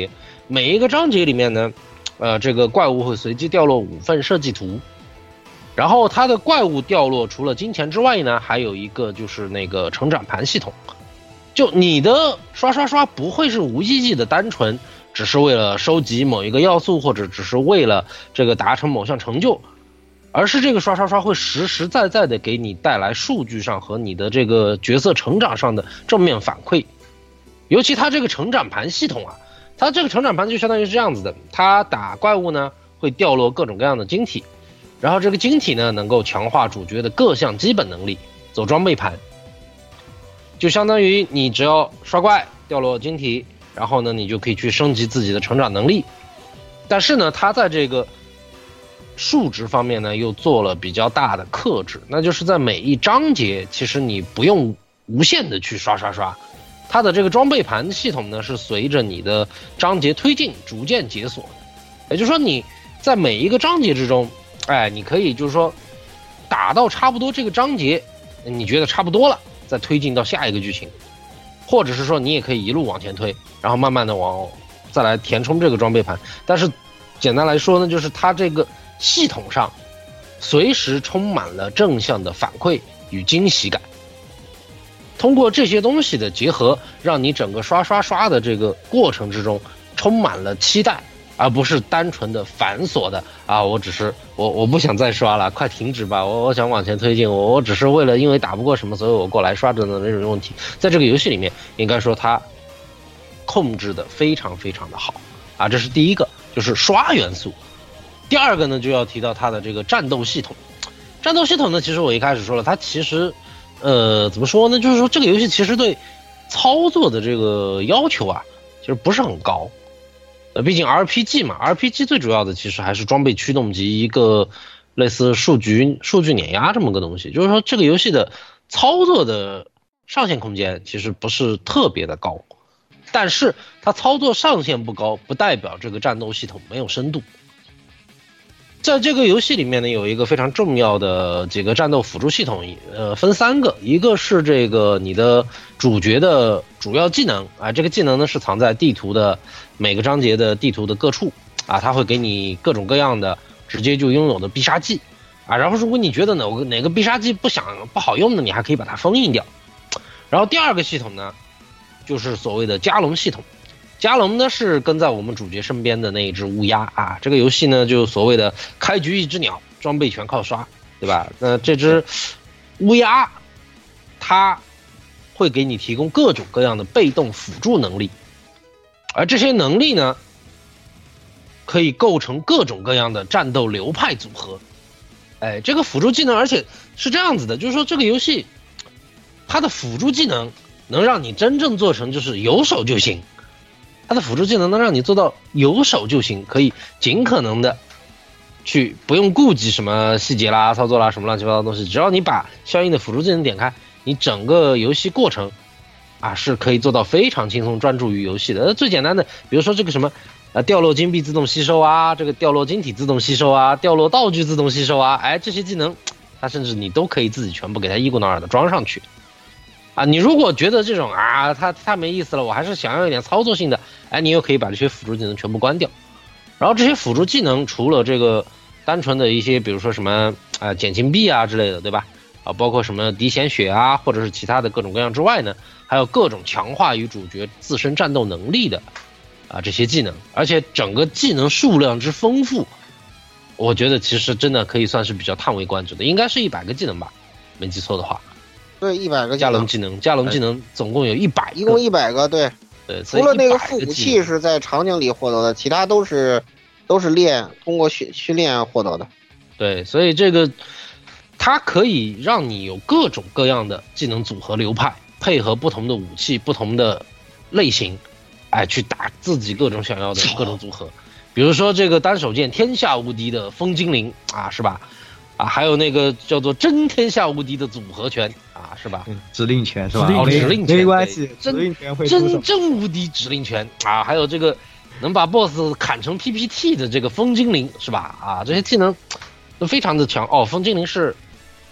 每一个章节里面呢，呃，这个怪物会随机掉落五份设计图，然后它的怪物掉落除了金钱之外呢，还有一个就是那个成长盘系统。就你的刷刷刷不会是无意义的单纯只是为了收集某一个要素，或者只是为了这个达成某项成就，而是这个刷刷刷会实实在在的给你带来数据上和你的这个角色成长上的正面反馈。尤其它这个成长盘系统啊，它这个成长盘就相当于是这样子的，它打怪物呢会掉落各种各样的晶体，然后这个晶体呢能够强化主角的各项基本能力，走装备盘，就相当于你只要刷怪掉落晶体，然后呢你就可以去升级自己的成长能力。但是呢它在这个数值方面呢又做了比较大的克制，那就是在每一章节其实你不用无限的去刷刷刷，它的这个装备盘系统呢是随着你的章节推进逐渐解锁的。也就是说你在每一个章节之中，哎，你可以就是说打到差不多这个章节你觉得差不多了，再推进到下一个剧情，或者是说你也可以一路往前推，然后慢慢的往再来填充这个装备盘。但是简单来说呢，就是它这个系统上随时充满了正向的反馈与惊喜感，通过这些东西的结合，让你整个刷刷刷的这个过程之中充满了期待，而不是单纯的繁琐的啊，我只是我我不想再刷了，快停止吧，我我想往前推进，我我只是为了因为打不过什么所以我过来刷着的那种问题。在这个游戏里面应该说它控制的非常非常的好啊，这是第一个，就是刷元素。第二个呢就要提到它的这个战斗系统。战斗系统呢其实我一开始说了，它其实呃怎么说呢，就是说这个游戏其实对操作的这个要求啊其实不是很高。呃，毕竟 R P G 嘛 ，R P G 最主要的其实还是装备驱动及一个类似数据数据碾压这么个东西。就是说，这个游戏的操作的上限空间其实不是特别的高，但是它操作上限不高，不代表这个战斗系统没有深度。在这个游戏里面呢，有一个非常重要的几个战斗辅助系统，呃，分三个，一个是这个你的主角的主要技能啊，这个技能呢是藏在地图的每个章节的地图的各处啊，它会给你各种各样的直接就拥有的必杀技啊，然后如果你觉得哪个哪个必杀技不想不好用的，你还可以把它封印掉。然后第二个系统呢，就是所谓的加龙系统。加龙呢是跟在我们主角身边的那一只乌鸦啊，这个游戏呢就所谓的开局一只鸟，装备全靠刷，对吧？那这只乌鸦它会给你提供各种各样的被动辅助能力，而这些能力呢可以构成各种各样的战斗流派组合。哎，这个辅助技能而且是这样子的，就是说这个游戏它的辅助技能能让你真正做成就是有手就行，它的辅助技能能让你做到有手就行，可以尽可能的去不用顾及什么细节啦、操作啦、什么乱七八糟的东西，只要你把相应的辅助技能点开，你整个游戏过程啊是可以做到非常轻松专注于游戏的。最简单的，比如说这个什么呃掉落金币自动吸收啊，这个掉落晶体自动吸收啊，掉落道具自动吸收啊，哎，这些技能它甚至你都可以自己全部给它一股脑儿的装上去。啊，你如果觉得这种啊，它太没意思了，我还是想要一点操作性的，哎，你又可以把这些辅助技能全部关掉。然后这些辅助技能除了这个单纯的一些，比如说什么呃捡金币啊之类的，对吧？啊，包括什么滴鲜血啊，或者是其他的各种各样之外呢，还有各种强化于主角自身战斗能力的啊这些技能，而且整个技能数量之丰富，我觉得其实真的可以算是比较叹为观止的，应该是一百个技能吧，没记错的话。 对，一百个加龙技能，加龙技能总共有一百， 一共一百个，对， 对， 除了那个副武器是在场景里获得的，其他都是都是练通过训训练获得的。 对，所以这个它可以让你有各种各样的技能组合流派，配合不同的武器、不同的类型，哎，去打自己各种想要的各种组合。比如说这个单手剑天下无敌的风精灵啊，是吧？啊，还有那个叫做真天下无敌的组合拳啊，是吧？ 嗯、指令拳是吧？ 哦，指令拳没关系， 真指令拳会真正无敌指令拳啊，还有这个能把 boss 砍成 P P T 的这个风精灵是吧？啊，这些技能都非常的强哦。风精灵是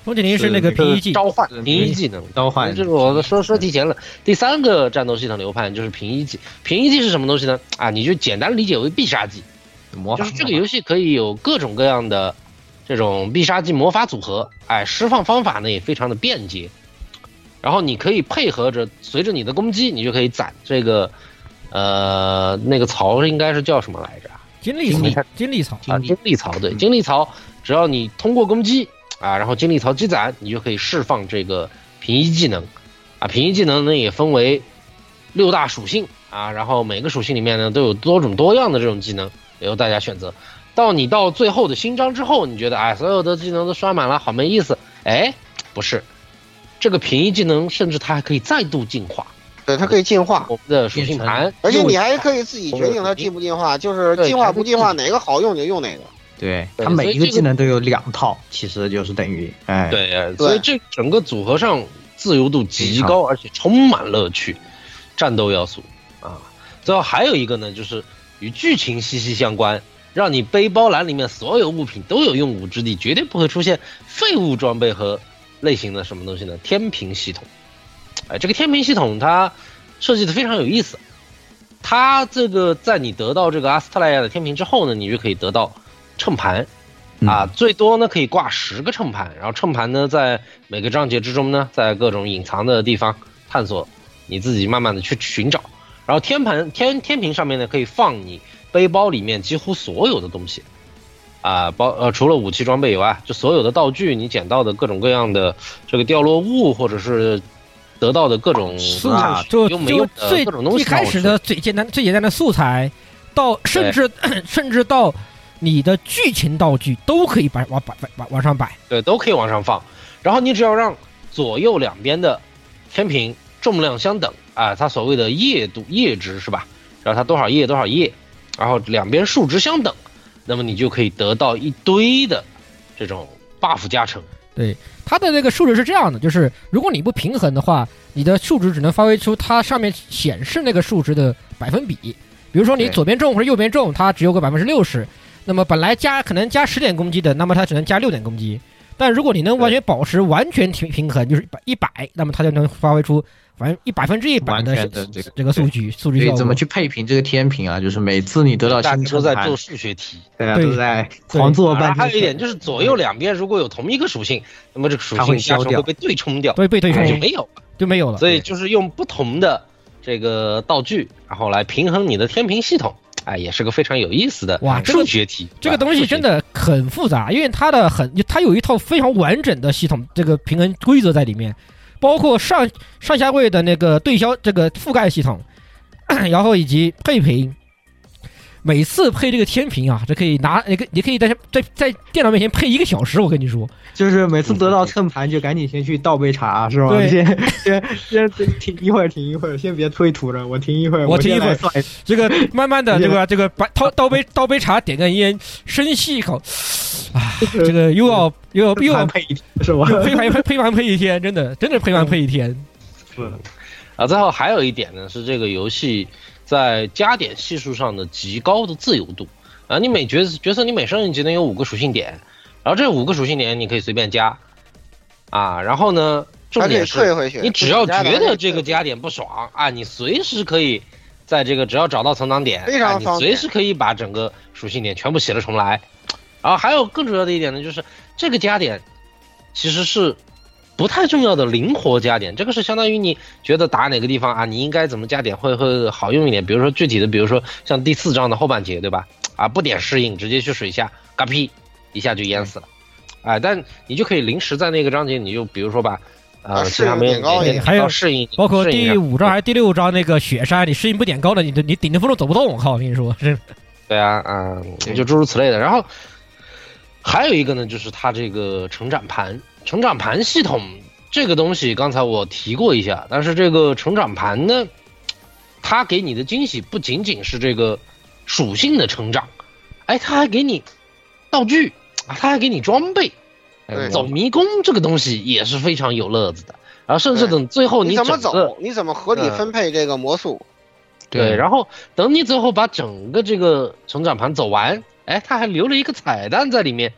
风精灵是那个平移技召唤平移技能召唤， 这是我说说提前了。第三个战斗系统流派就是平移技，平移技是什么东西呢？啊，你就简单理解为必杀技，就是这个游戏可以有各种各样的这种必杀技魔法组合，哎，释放方法呢也非常的便捷。然后你可以配合着，随着你的攻击，你就可以攒这个，呃，那个槽应该是叫什么来着？ 精力槽，精力槽啊，精力槽，对，精力槽，只要你通过攻击啊，然后精力槽积攒，你就可以释放这个平移技能，啊，平移技能呢也分为六大属性啊，然后每个属性里面呢都有多种多样的这种技能，由大家选择。到你到最后的新章之后，你觉得哎，所有的技能都刷满了，好没意思，哎，不是。这个平移技能甚至它还可以再度进化， 对，它可以进化我们的属性盘， 而且你还可以自己决定它进不进化，就是进化不进化哪个好用就用哪个。 对，它每一个技能都有两套，其实就是等于哎， 对，所以这整个组合上自由度极高，而且充满乐趣，战斗要素啊。最后还有一个呢，就是与剧情息息相关，让你背包栏里面所有物品都有用武之地，绝对不会出现废物装备和类型的什么东西呢？天平系统，哎，这个天平系统它设计的非常有意思。它这个在你得到这个阿斯特莱亚的天平之后呢，你就可以得到秤盘，啊，最多呢可以挂十个秤盘，然后秤盘呢在每个章节之中呢，在各种隐藏的地方探索，你自己慢慢的去寻找。然后天盘天天平上面呢可以放你背包里面几乎所有的东西。啊，包呃，除了武器装备以外，就所有的道具，你捡到的各种各样的这个掉落物，或者是得到的各种素材，就就最一开始的最简单最简单的素材，到甚至甚至到你的剧情道具都可以把往摆往往上摆， 对，都可以往上放。然后你只要让左右两边的天平重量相等啊，它所谓的页度页值是吧？然后它多少页多少页，然后两边数值相等。那么你就可以得到一堆的这种 buff 加成。 对，它的那个数值是这样的，就是如果你不平衡的话，你的数值只能发挥出它上面显示那个数值的百分比。比如说你左边重或者右边重，它只有个百分之六十，那么本来加可能加十点攻击的，那么它只能加六点攻击。但如果你能完全保持完全平平衡，就是一百，那么它就能发挥出反正一百分之一百的这个这个数据数据效果。 怎么去配平这个天平啊？就是每次你得到新都在做数学题， 对啊，都在狂做半天。 还有一点就是左右两边如果有同一个属性，那么这个属性加成会被对冲掉， 对，被对冲就没有就没有了。 所以就是用不同的这个道具，然后来平衡你的天平系统。哎，也是个非常有意思的哇数学题。 这个东西真的很复杂，因为它的很，它有一套非常完整的系统，这个平衡规则在里面，包括上上下位的那个对消这个覆盖系统，然后以及配平。每次配这个天平啊，这可以拿你可你可以在在在电脑面前配一个小时，我跟你说， 就是每次得到秤盘就赶紧先去倒杯茶，是吧？ 对， 先先先停一会儿，停一会儿，先别推图了，我停一会儿， 我停一会儿，这个慢慢的这个这个把倒倒杯倒杯茶，点根烟，深吸一口，啊，这个又要又要又要配一天是吧？ 配完配配完配一天，真的真的配完配一天。 是啊，最后还有一点呢，是这个游戏在加点系数上的极高的自由度啊！你每角色角色你每升一级能有五个属性点，然后这五个属性点你可以随便加啊。然后呢，重点是你只要觉得这个加点不爽啊，你随时可以在这个只要找到存档点， 非常方便， 你随时可以把整个属性点全部写了重来。然后还有更主要的一点呢，就是这个加点其实是不太重要的灵活加点，这个是相当于你觉得打哪个地方啊，你应该怎么加点会会好用一点。比如说具体的，比如说像第四章的后半节，对吧？啊，不点适应，直接去水下，嘎屁一下就淹死了，哎，但你就可以临时在那个章节，你就比如说吧，呃，其他没有， 还有适应， 包括第五章还是第六章那个雪山，你适应不点高的，你你顶着风都走不动，我靠，我跟你说，是。 对啊，嗯，就诸如此类的。然后还有一个呢，就是它这个成长盘。成长盘系统这个东西，刚才我提过一下，但是这个成长盘呢，它给你的惊喜不仅仅是这个属性的成长，哎，它还给你道具啊，它还给你装备，走迷宫这个东西也是非常有乐子的。然后甚至等最后你怎么走，你怎么合理分配这个魔素？ 对，然后等你最后把整个这个成长盘走完，哎，它还留了一个彩蛋在里面。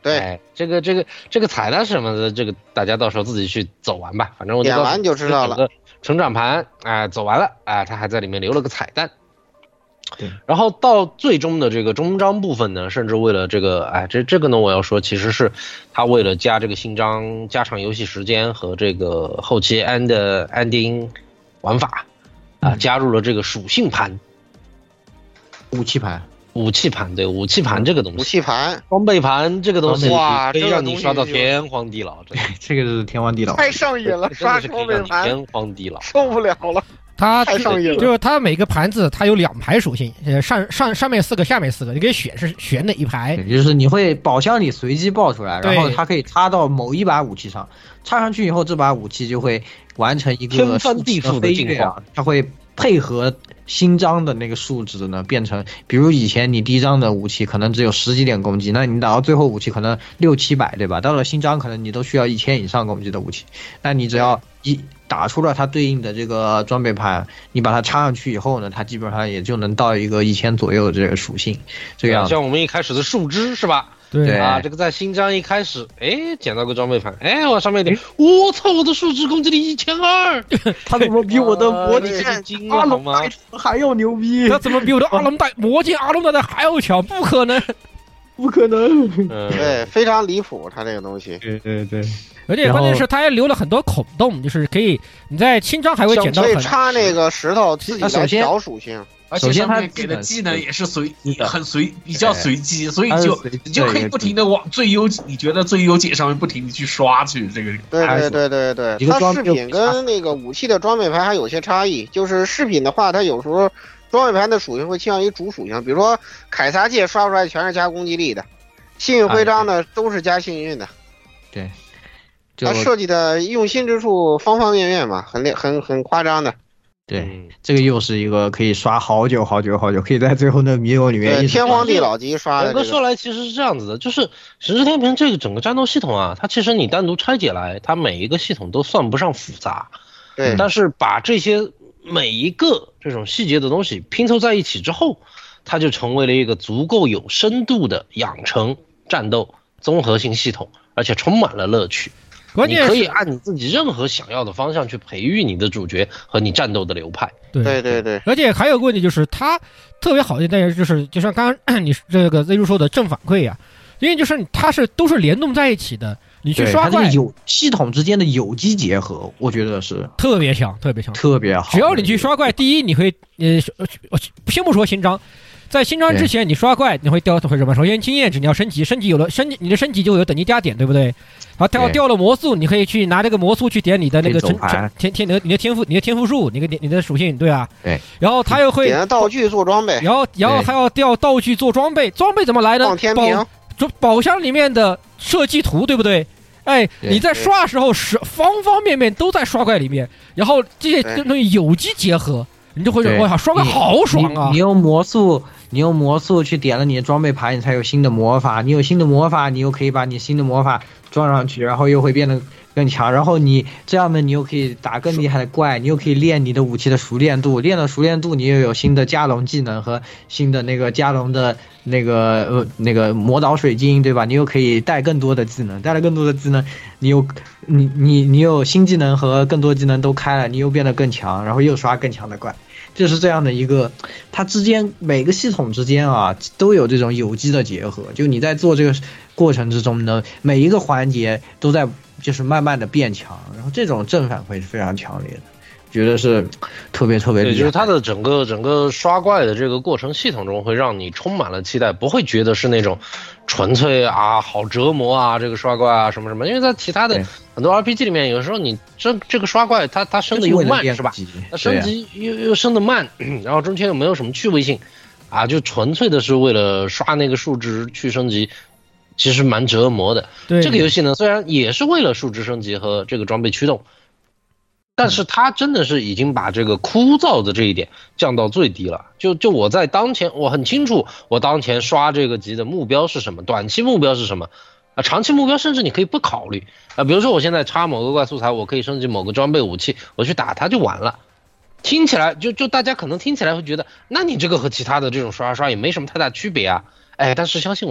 对， 哎，这个这个这个彩蛋是什么的，这个大家到时候自己去走完吧，反正我就点完就知道了。 成长盘哎、呃、走完了哎、呃，他还在里面留了个彩蛋。然后到最终的这个终章部分呢，甚至为了这个哎这这个呢，我要说其实是他为了加这个新章加长游戏时间和这个后期 end ending 玩法啊、呃，加入了这个属性盘、 武器盘。 武器盘对武器盘这个东西， 武器盘、 装备盘这个东西， 哇， 可以让你刷到天荒地老。 对，这个是天荒地老， 太上瘾了，刷装备盘天荒地老， 受不了了。 它太上瘾了， 就是它每个盘子它有两排属性，呃，上上上面四个，下面四个，你可以选是选哪一排。 就是你会宝箱里随机爆出来，然后它可以插到某一把武器上，插上去以后，这把武器就会完成一个天翻地覆的进化， 它会配合新章的那个数值呢，变成，比如以前你第一章的武器可能只有十几点攻击，那你打到最后武器可能六七百，对吧？到了新章可能你都需要一千以上攻击的武器，那你只要一打出了它对应的这个装备盘，你把它插上去以后呢，它基本上也就能到一个一千左右的这个属性，这个样子。 像我们一开始的树枝是吧？ 对啊，这个在新章一开始，哎，捡到个装备盘，哎，往上面一点，我操，我的数值攻击力一千二， 他怎么比我的魔剑精了好吗？ 还要牛逼？ 他怎么比我的阿龙带魔镜阿龙带的还要强？不可能， 不可能。 嗯， 对，非常离谱，他这个东西。 对对对。 而且关键是，他还留了很多孔洞，就是可以你在新章还会捡到很。 可以插那个石头，自己来调属性。 而且上面给的技能也是随很随比较随机，所以就你就可以不停的往最优你觉得最优解上面不停的去刷去这个。 对对对对对，它饰品跟那个武器的装备盘还有些差异，就是饰品的话，它有时候装备盘的属性会倾向于主属性，比如说凯撒戒刷出来全是加攻击力的，幸运徽章呢都是加幸运的。 对， 它设计的用心之处方方面面嘛，很很很夸张的。 对，这个又是一个可以刷好久好久好久，可以在最后那迷宫里面天荒地老级刷的、这个。说来其实是这样子的，就是神之天平这个整个战斗系统啊，它其实你单独拆解来，它每一个系统都算不上复杂。 对， 但是把这些每一个这种细节的东西拼凑在一起之后，它就成为了一个足够有深度的养成战斗综合性系统，而且充满了乐趣。你可以按你自己任何想要的方向去培育你的主角和你战斗的流派。 对对对对， 而且还有个问题就是，它特别好的一点就是，就像刚刚你这个 Z 叔说的正反馈呀、啊，因为就是它是都是联动在一起的，你去刷怪有系统之间的有机结合，我觉得是特别强，特别强， 特别好。 只要你去刷怪，第一你会呃，先不说新章。在新章之前，你刷怪你会掉会什么？首先经验值你要升级，升级有了升级，你的升级就有等级加点，对不对？然后掉掉了魔素，你可以去拿这个魔素去点你的那个成天天的你的天赋你的天赋树，你的你的属性，对啊。 对。 然后他又会点道具做装备， 然后然后还要掉道具做装备，装备怎么来的？ 宝宝箱里面的设计图，对不对？哎，你在刷的时候是方方面面都在刷怪里面，然后这些东西有机结合，你就会觉得哇，刷怪好爽啊！ 你, 你用魔素。你用魔素去点了你的装备牌，你才有新的魔法。你有新的魔法，你又可以把你新的魔法装上去，然后又会变得更强。然后你这样的，你又可以打更厉害的怪，你又可以练你的武器的熟练度。练了熟练度，你又有新的加龙技能和新的那个加龙的那个呃那个魔导水晶，对吧？你又可以带更多的技能，带了更多的技能，你有你你你有新技能和更多技能都开了，你又变得更强，然后又刷更强的怪。就是这样的一个，它之间每个系统之间啊都有这种有机的结合。就你在做这个过程之中呢，每一个环节都在就是慢慢的变强，然后这种正反馈是非常强烈的，觉得是特别特别厉害。 对，就是它的整个整个刷怪的这个过程系统中，会让你充满了期待，不会觉得是那种纯粹啊好折磨啊这个刷怪啊什么什么。因为在其他的很多 R P G 里面，有时候你这这个刷怪它它升的又慢是吧？它升级又又升的慢，然后中间又没有什么趣味性啊，就纯粹的是为了刷那个数值去升级，其实蛮折磨的。 对， 这个游戏呢，虽然也是为了数值升级和这个装备驱动。但是它真的是已经把这个枯燥的这一点降到最低了。就就我在当前，我很清楚我当前刷这个级的目标是什么，短期目标是什么，啊，长期目标甚至你可以不考虑啊。比如说我现在插某个怪素材，我可以升级某个装备武器，我去打它就完了。听起来就就大家可能听起来会觉得，那你这个和其他的这种刷刷刷也没什么太大区别啊。哎，但是相信我，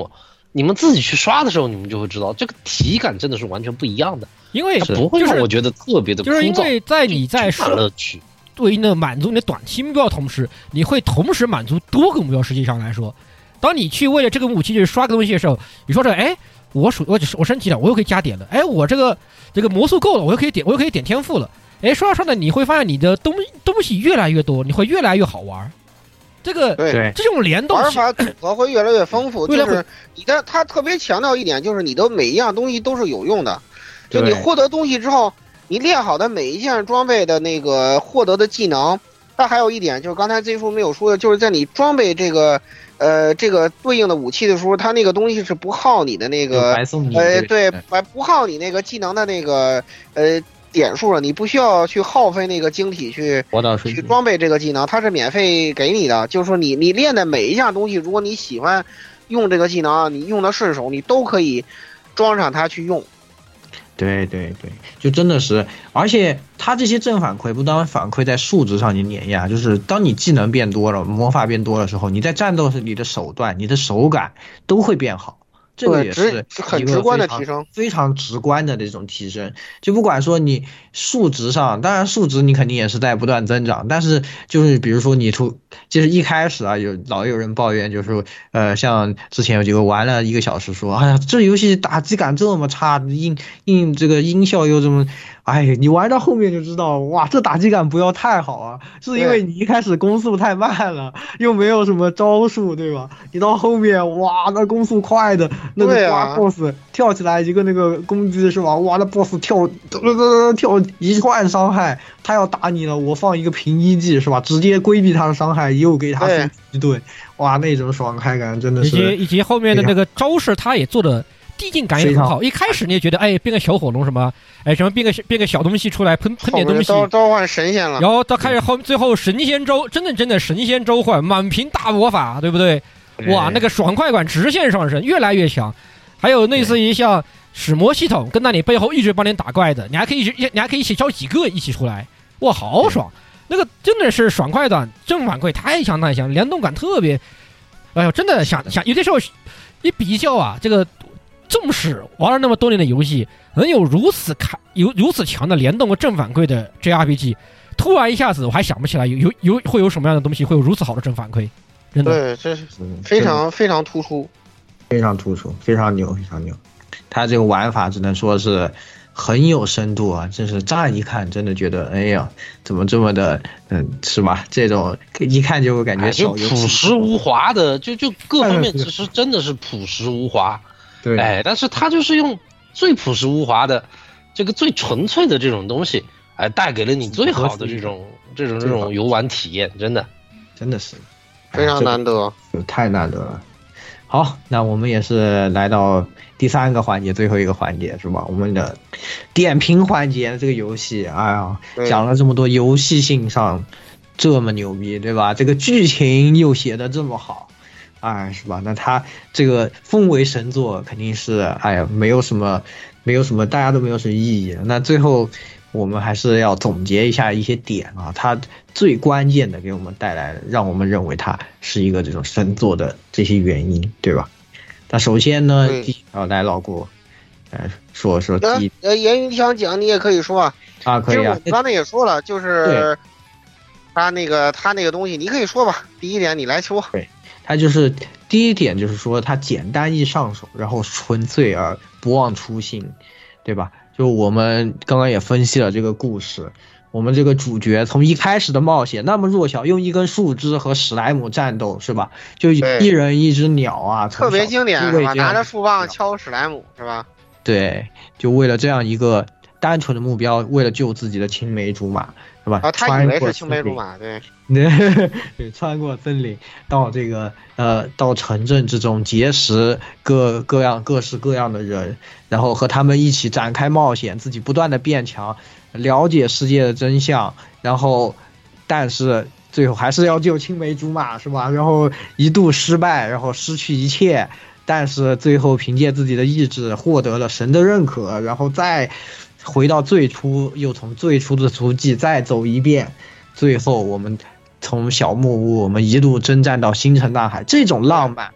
你们自己去刷的时候，你们就会知道这个体感真的是完全不一样的。 因为它不会让我觉得特别的枯燥， 就是因为在你在刷乐趣对应的满足你的短期目标的同时，你会同时满足多个目标。实际上来说，当你去为了这个武器去刷个东西的时候，你说这哎，我属我我升级了，我又可以加点了，哎，我这个这个魔术够了，我又可以点，我又可以点天赋了，哎，刷着刷着你会发现你的东东西越来越多，你会越来越好玩。这个对这种联动玩法组合会越来越丰富，就是你的他特别强调一点，就是你的每一样东西都是有用的，就你获得东西之后，你练好的每一件装备的那个获得的技能，它还有一点就是刚才 Z 叔没有说的，就是在你装备这个呃这个对应的武器的时候，它那个东西是不耗你的那个呃对不耗你那个技能的那个呃。点数了，你不需要去耗费那个晶体去去装备这个技能，它是免费给你的。就是说你你练的每一样东西，如果你喜欢用这个技能，你用的顺手，你都可以装上它去用。 对对对，就真的是，而且它这些正反馈不单反馈在数值上你碾压，就是当你技能变多了，魔法变多的时候，你在战斗里的手段、你的手感都会变好。这个也是很直观的提升， 非常直观的这种提升。就不管说你数值上，当然数值你肯定也是在不断增长，但是就是比如说你出，就是一开始啊，有老有人抱怨，就是呃，像之前有几个玩了一个小时说，哎呀，这游戏打击感这么差，音音这个音效又这么，哎，你玩到后面就知道，哇，这打击感不要太好啊，是因为你一开始攻速太慢了，又没有什么招数，对吧？你到后面，哇，那攻速快的。那个抓 boss 跳起来一个那个攻击是吧？哇，那 boss 跳跳一串伤害，他要打你了，我放一个平一技是吧？直接规避他的伤害，又给他送一对，哇，那种爽快感真的是。 以及以及后面的那个招式，他也做的递进感也很好。一开始你也觉得，哎，变个小火龙什么，哎，什么变个变个小东西出来喷喷点东西， 召召唤神仙了。 然后到开始后最后神仙召，真的真的神仙召唤，满屏大魔法，对不对？哇，那个爽快感直线上升，越来越强。还有类似于像使魔系统，跟在你背后一直帮你打怪的，你还可以你还可以一起招几个一起出来，哇，好爽！那个真的是爽快感，正反馈太强太强，联动感特别。哎呦，真的想想有些时候一比较啊，这个纵使玩了那么多年的游戏，能有如此看有如此强的联动和正反馈的 J R P G， 突然一下子我还想不起来有有有会有什么样的东西会有如此好的正反馈。真的对，这是非常非常突出， 非常突出，非常牛，非常牛。他这个玩法只能说是很有深度啊，真是乍一看真的觉得，哎呀，怎么这么的，嗯，是吧？这种一看就会感觉小游戏朴实无华的，就就各方面其实真的是朴实无华。 对， 哎，但是他就是用最朴实无华的这个最纯粹的这种东西，哎，带给了你最好的这种这种这种游玩体验，真的， 真的是。 非常难得， 太难得了。好，那我们也是来到第三个环节，最后一个环节是吧？我们的点评环节，这个游戏，哎呀，讲了这么多游戏性上这么牛逼，对吧？这个剧情又写得这么好，哎，是吧？那它这个氛围神作肯定是，哎呀，没有什么，没有什么，大家都没有什么意义。那最后我们还是要总结一下一些点啊，它最关键的给我们带来的，让我们认为它是一个这种神作的这些原因，对吧？那首先呢，啊，来老郭，来说说第一。 呃，言语你想讲，你也可以说啊。 啊，可以啊。 我刚才也说了，就是他那个他那个东西，你可以说吧。第一点，你来说。 对，他就是第一点，就是说它简单易上手，然后纯粹而不忘初心，对吧？就我们刚刚也分析了这个故事，我们这个主角从一开始的冒险那么弱小，用一根树枝和史莱姆战斗是吧？就一人一只鸟啊， 特别经典是吧？拿着树棒敲史莱姆是吧？ 对，就为了这样一个单纯的目标，为了救自己的青梅竹马是吧？ 啊，他以为是青梅竹马，对。 对，穿过森林到这个呃到城镇之中，结识各各样各式各样的人，然后和他们一起展开冒险，自己不断的变强，了解世界的真相，然后但是最后还是要救青梅竹马是吧？然后一度失败，然后失去一切，但是最后凭借自己的意志获得了神的认可，然后再回到最初，又从最初的足迹再走一遍，最后我们从小木屋我们一路征战到星辰大海，这种浪漫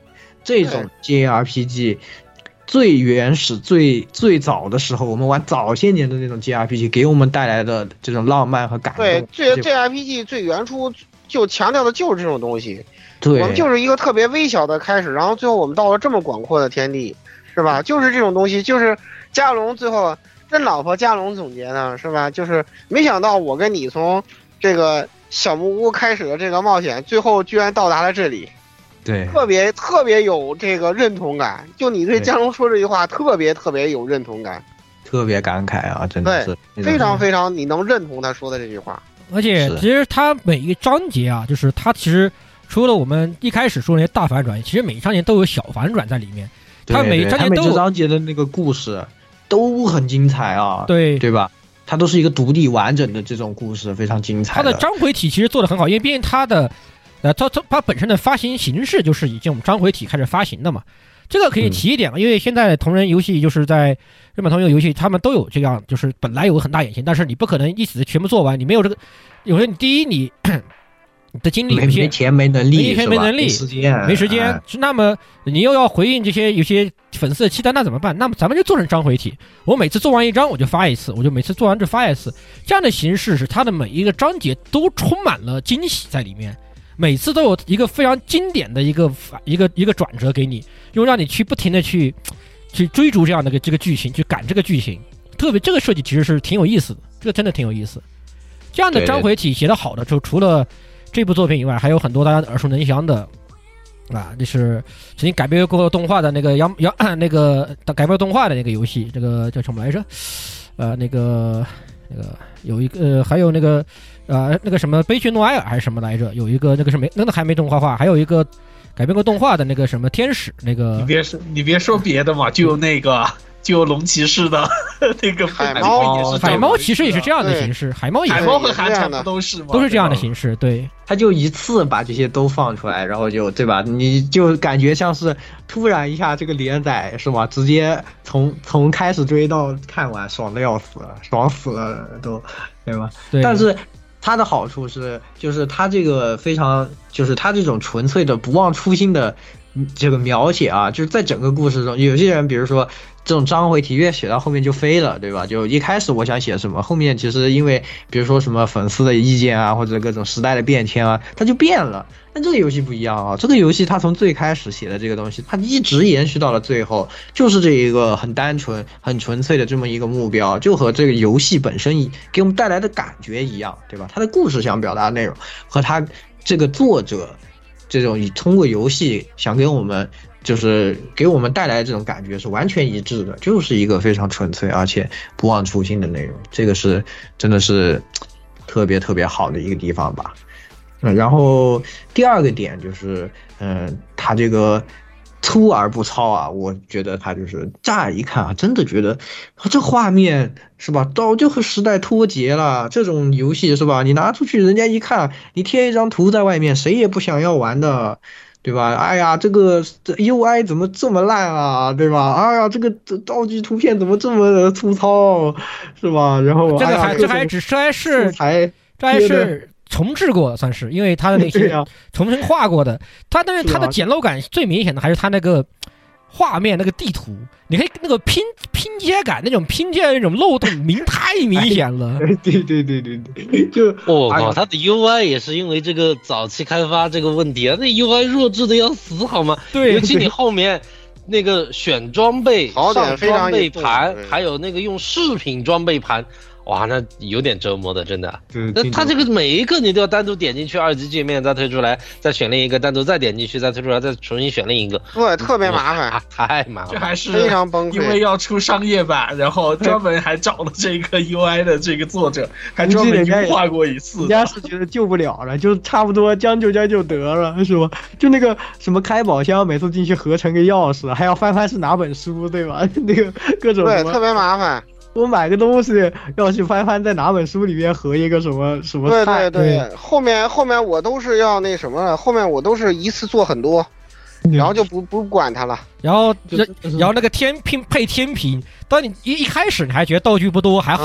这种 J R P G 最原始、最最早的时候，我们玩早些年的那种 J R P G 给我们带来的这种浪漫和感动。 对，这 J R P G 最原初就强调的就是这种东西。 对， 我们就是一个特别微小的开始，然后最后我们到了这么广阔的天地，是吧？就是这种东西，就是加龙最后跟老婆加龙总结的，是吧？就是没想到我跟你从这个小木屋开始的这个冒险，最后居然到达了这里。 对， 特别特别有这个认同感，就你对加龙说这句话特别特别有认同感， 特别感慨啊，真的是非常非常你能认同他说的这句话。 而且其实他每一个章节啊，就是他其实除了我们一开始说那些大反转，其实每一章节都有小反转在里面。他每一章节都有每章节的那个故事都很精彩啊， 对对吧？它都是一个独立完整的这种故事，非常精彩的。 它的章回体其实做得很好，因为毕竟它的呃，它它它本身的发行形式就是以这种章回体开始发行的嘛。这个可以提一点了，嗯、因为现在同人游戏就是在日本同人游戏，他们都有这样，就是本来有很大野心，但是你不可能一次全部做完，你没有这个，有些你第一你你的精力有些没钱没能力， 没钱没能力， 没时间， 没时间。哎、那么你又要回应这些有些粉丝的期待，那怎么办？那么咱们就做成章回体，我每次做完一章我就发一次，我就每次做完就发一次，这样的形式是它的每一个章节都充满了惊喜在里面。每次都有一个非常经典的一个一个一个转折给你，又让你去不停的去去追逐这样的个这个剧情，去赶这个剧情。特别这个设计其实是挺有意思的，这个真的挺有意思。这样的章回体写得好的，就除了这部作品以外，还有很多大家耳熟能详的啊，就是曾经改编过动画的那个杨杨那个改编动画的那个游戏，这个叫什么来着？呃，那个那个有一个、呃、还有那个。呃，那个什么悲剧诺埃尔还是什么来着？有一个那个是没那个还没动画化，还有一个改编过动画的那个什么天使那个。 你别说你别说别的嘛，就那个就龙骑士的那个海猫也是， 海猫其实也是这样的形式，海猫也是海猫和海产都是吗？ 都是这样的形式，对。 他就一次把这些都放出来，然后就对吧？你就感觉像是突然一下这个连载是吧？直接从从开始追到看完，爽的要死了，爽死了都，对吧？ 对。 但是。它的好处是，就是它这个非常，就是它这种纯粹的不忘初心的这个描写啊，就是在整个故事中，有些人比如说这种章回体越写到后面就飞了，对吧？就一开始我想写什么，后面其实因为比如说什么粉丝的意见啊，或者各种时代的变迁啊，它就变了。但这个游戏不一样啊，这个游戏它从最开始写的这个东西，它一直延续到了最后，就是这一个很单纯、很纯粹的这么一个目标，就和这个游戏本身给我们带来的感觉一样，对吧？它的故事想表达的内容和它这个作者这种通过游戏想给我们就是给我们带来的这种感觉是完全一致的，就是一个非常纯粹而且不忘初心的内容，这个是真的是特别特别好的一个地方吧。嗯，然后第二个点就是，嗯，它这个粗而不糙啊，我觉得它就是乍一看啊，真的觉得这画面是吧，早就和时代脱节了。这种游戏是吧，你拿出去，人家一看，你贴一张图在外面，谁也不想要玩的。对吧？哎呀，这个这 U I 怎么这么烂啊？对吧？哎呀，这个道具图片怎么这么粗糙，是吧？然后这个还、 哎、 这还只是还是才这还是重置过的，算是因为它的那些重新画过的。它但是它的简陋感最明显的还是它那个画面那个地图，你可以那个拼拼接感，那种拼接的那种漏洞明太明显了。 对对对对对，就我靠，它的 U I 也是因为这个早期开发这个问题啊，那 U I 弱智的要死，好吗？ 对， 尤其你后面那个选装备、上装备盘，还有那个用饰品装备盘。哇，那有点折磨的，真的。那它这个每一个你都要单独点进去二级界面，再推出来，再选另一个，单独再点进去，再推出来，再重新选另一个。 对，特别麻烦， 啊、太麻烦。 这还是非常崩溃， 因为要出商业版，然后专门还找了这个 U I 的这个作者，还专门优化过一次。 人家是觉得救不了了，就差不多将就将就得了，是吧？就那个什么开宝箱，每次进去合成个钥匙，还要翻翻是哪本书，对吧？那个各种对，特别麻烦。 我买个东西要去翻翻在哪本书里面合一个什么什么菜，对对对，后面后面我都是要那什么了，后面我都是一次做很多，然后就不不管它了。 然后然后那个天拼配天平，当你一一开始你还觉得道具不多还好，啊、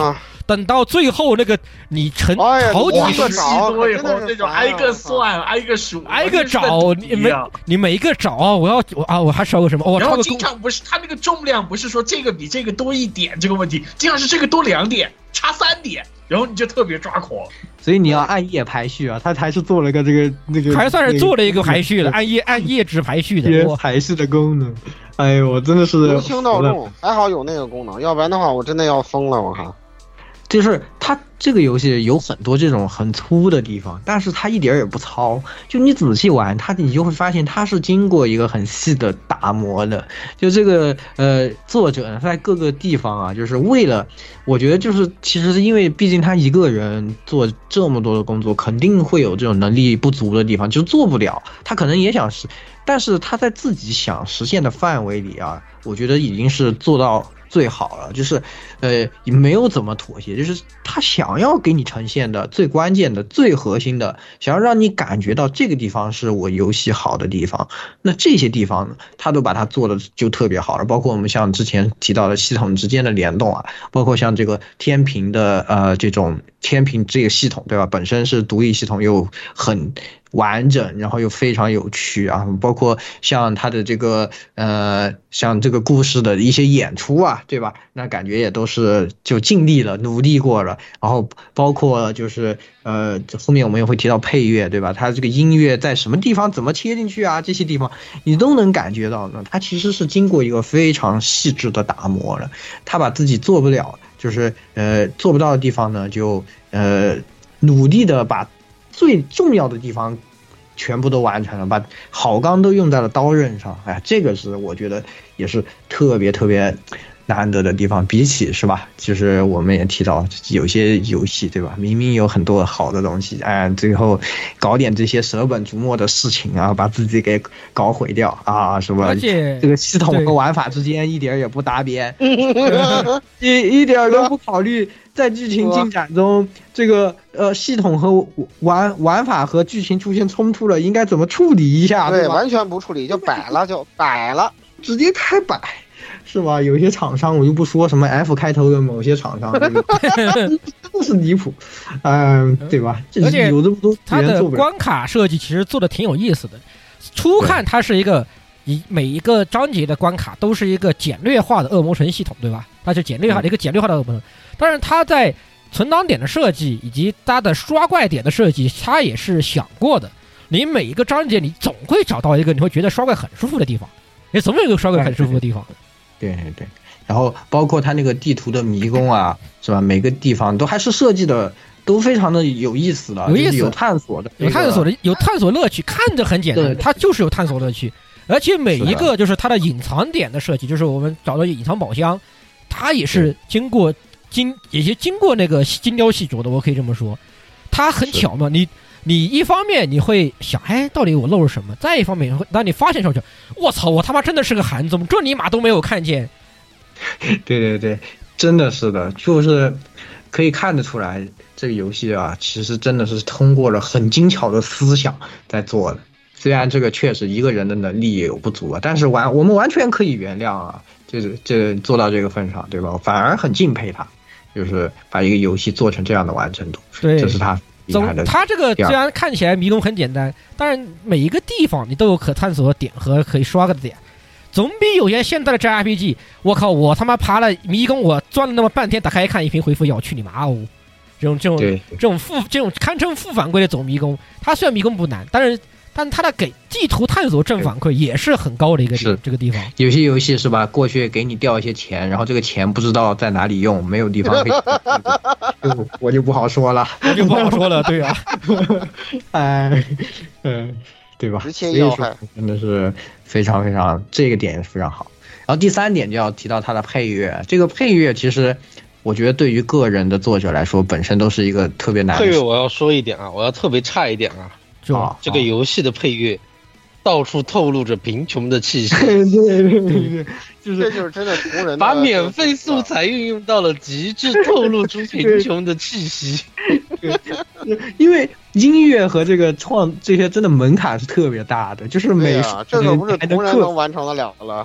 等到最后那个你成好几十多以后，那种挨个算、挨个数、 挨个找，你每你每一个找啊，我要我啊，我还少个什么？哦， 然后经常不是它那个重量不是说这个比这个多一点这个问题，经常是这个多两点，差三点，然后你就特别抓狂。 所以你要按页排序啊，他还是做了个这个那个， 还算是做了一个排序的，按页按页纸排序的排序的功能。哎呦，我真的是由轻到重，还好有那个功能，要不然的话我真的要疯了，我靠！ 就是它这个游戏有很多这种很粗的地方，但是它一点也不糙。就你仔细玩它，你就会发现它是经过一个很细的打磨的。就这个呃作者呢，在各个地方啊，就是为了，我觉得就是其实是因为毕竟他一个人做这么多的工作，肯定会有这种能力不足的地方，就做不了。他可能也想实，但是他在自己想实现的范围里啊，我觉得已经是做到最好了，就是，呃，没有怎么妥协，就是他想要给你呈现的最关键的、最核心的，想要让你感觉到这个地方是我游戏好的地方，那这些地方呢，他都把它做的就特别好了。包括我们像之前提到的系统之间的联动啊，包括像这个天平的呃这种天平这个系统，对吧？本身是独立系统又很完整，然后又非常有趣啊，包括像他的这个呃，像这个故事的一些演出啊，对吧？那感觉也都是就尽力了，努力过了。然后包括就是呃，后面我们也会提到配乐，对吧？他这个音乐在什么地方怎么切进去啊，这些地方你都能感觉到呢。他其实是经过一个非常细致的打磨了，他把自己做不了，就是呃做不到的地方呢，就呃努力的把最重要的地方全部都完成了，把好钢都用在了刀刃上。哎，这个是我觉得也是特别特别难得的地方。比起是吧，就是我们也提到有些游戏，对吧，明明有很多好的东西，哎，最后搞点这些舍本逐末的事情啊，把自己给搞毁掉啊，是吧？ 而且这个系统和玩法之间一点也不搭边，一一点都不考虑在剧情进展中，这个呃系统和玩玩法和剧情出现冲突了，应该怎么处理一下？ 对， 对吧？ 完全不处理就摆了，就摆了， 直接开摆，是吧？有些厂商我就不说什么 F 开头的某些厂商，真的是离谱，嗯、呃，对吧？ 而且有这么多它的关卡设计其实做的挺有意思的。初看它是一个以每一个章节的关卡都是一个简略化的恶魔城系统，对吧？它是简略化的一个简略化的恶魔城，但是它在存档点的设计以及它的刷怪点的设计，它也是想过的。你每一个章节你总会找到一个你会觉得刷怪很舒服的地方，也总有一个刷怪很舒服的地方。 对对对，然后包括它那个地图的迷宫啊，是吧？每个地方都还是设计的都非常的有意思的， 有意思， 有探索的， 有探索的，有探索乐趣。看着很简单，它就是有探索乐趣，而且每一个就是它的隐藏点的设计，就是我们找到隐藏宝箱，它也是经过精，也是经过那个精雕细琢的。我可以这么说，它很巧妙。你你一方面你会想，哎，到底我漏了什么？再一方面，当你发现上去，我操，我他妈真的是个韩，怎么这尼玛都没有看见？ 对对对，真的是的，就是可以看得出来，这个游戏啊，其实真的是通过了很精巧的思想在做的。虽然这个确实一个人的能力也有不足啊，但是完我们完全可以原谅啊，这这做到这个份上，对吧？反而很敬佩他，就是把一个游戏做成这样的完成度， 对， 这是他厉害的。 他这个虽然看起来迷宫很简单，但是每一个地方你都有可探索的点和可以刷个点。总比有些现在的 J R P G， 我靠，我他妈爬了迷宫，我钻了那么半天，打开一看，一屏回复要去你妈哦！这种这种这种负这种堪称负反馈的走迷宫，它虽然迷宫不难，但是但它的给地图探索正反馈也是很高的一个是这个地方。 有些游戏是吧，过去给你调一些钱，然后这个钱不知道在哪里用，没有地方可以就我就不好说了， 我就不好说了，对啊， 哎，嗯。对吧？ 直切要害， 真的是非常非常，这个点也是非常好。然后第三点就要提到它的配乐，这个配乐其实我觉得对于个人的作者来说，本身都是一个特别难的。 配乐我要说一点啊，我要特别差一点啊， 啊这个游戏的配乐到处透露着贫穷的气息。 对对对对，就是这就是真的同人， 把免费素材运用到了极致，透露出贫穷的气息。 因为音乐和这个创这些真的门槛是特别大的，就是美术、 啊、这个不是同人能完成得了的了。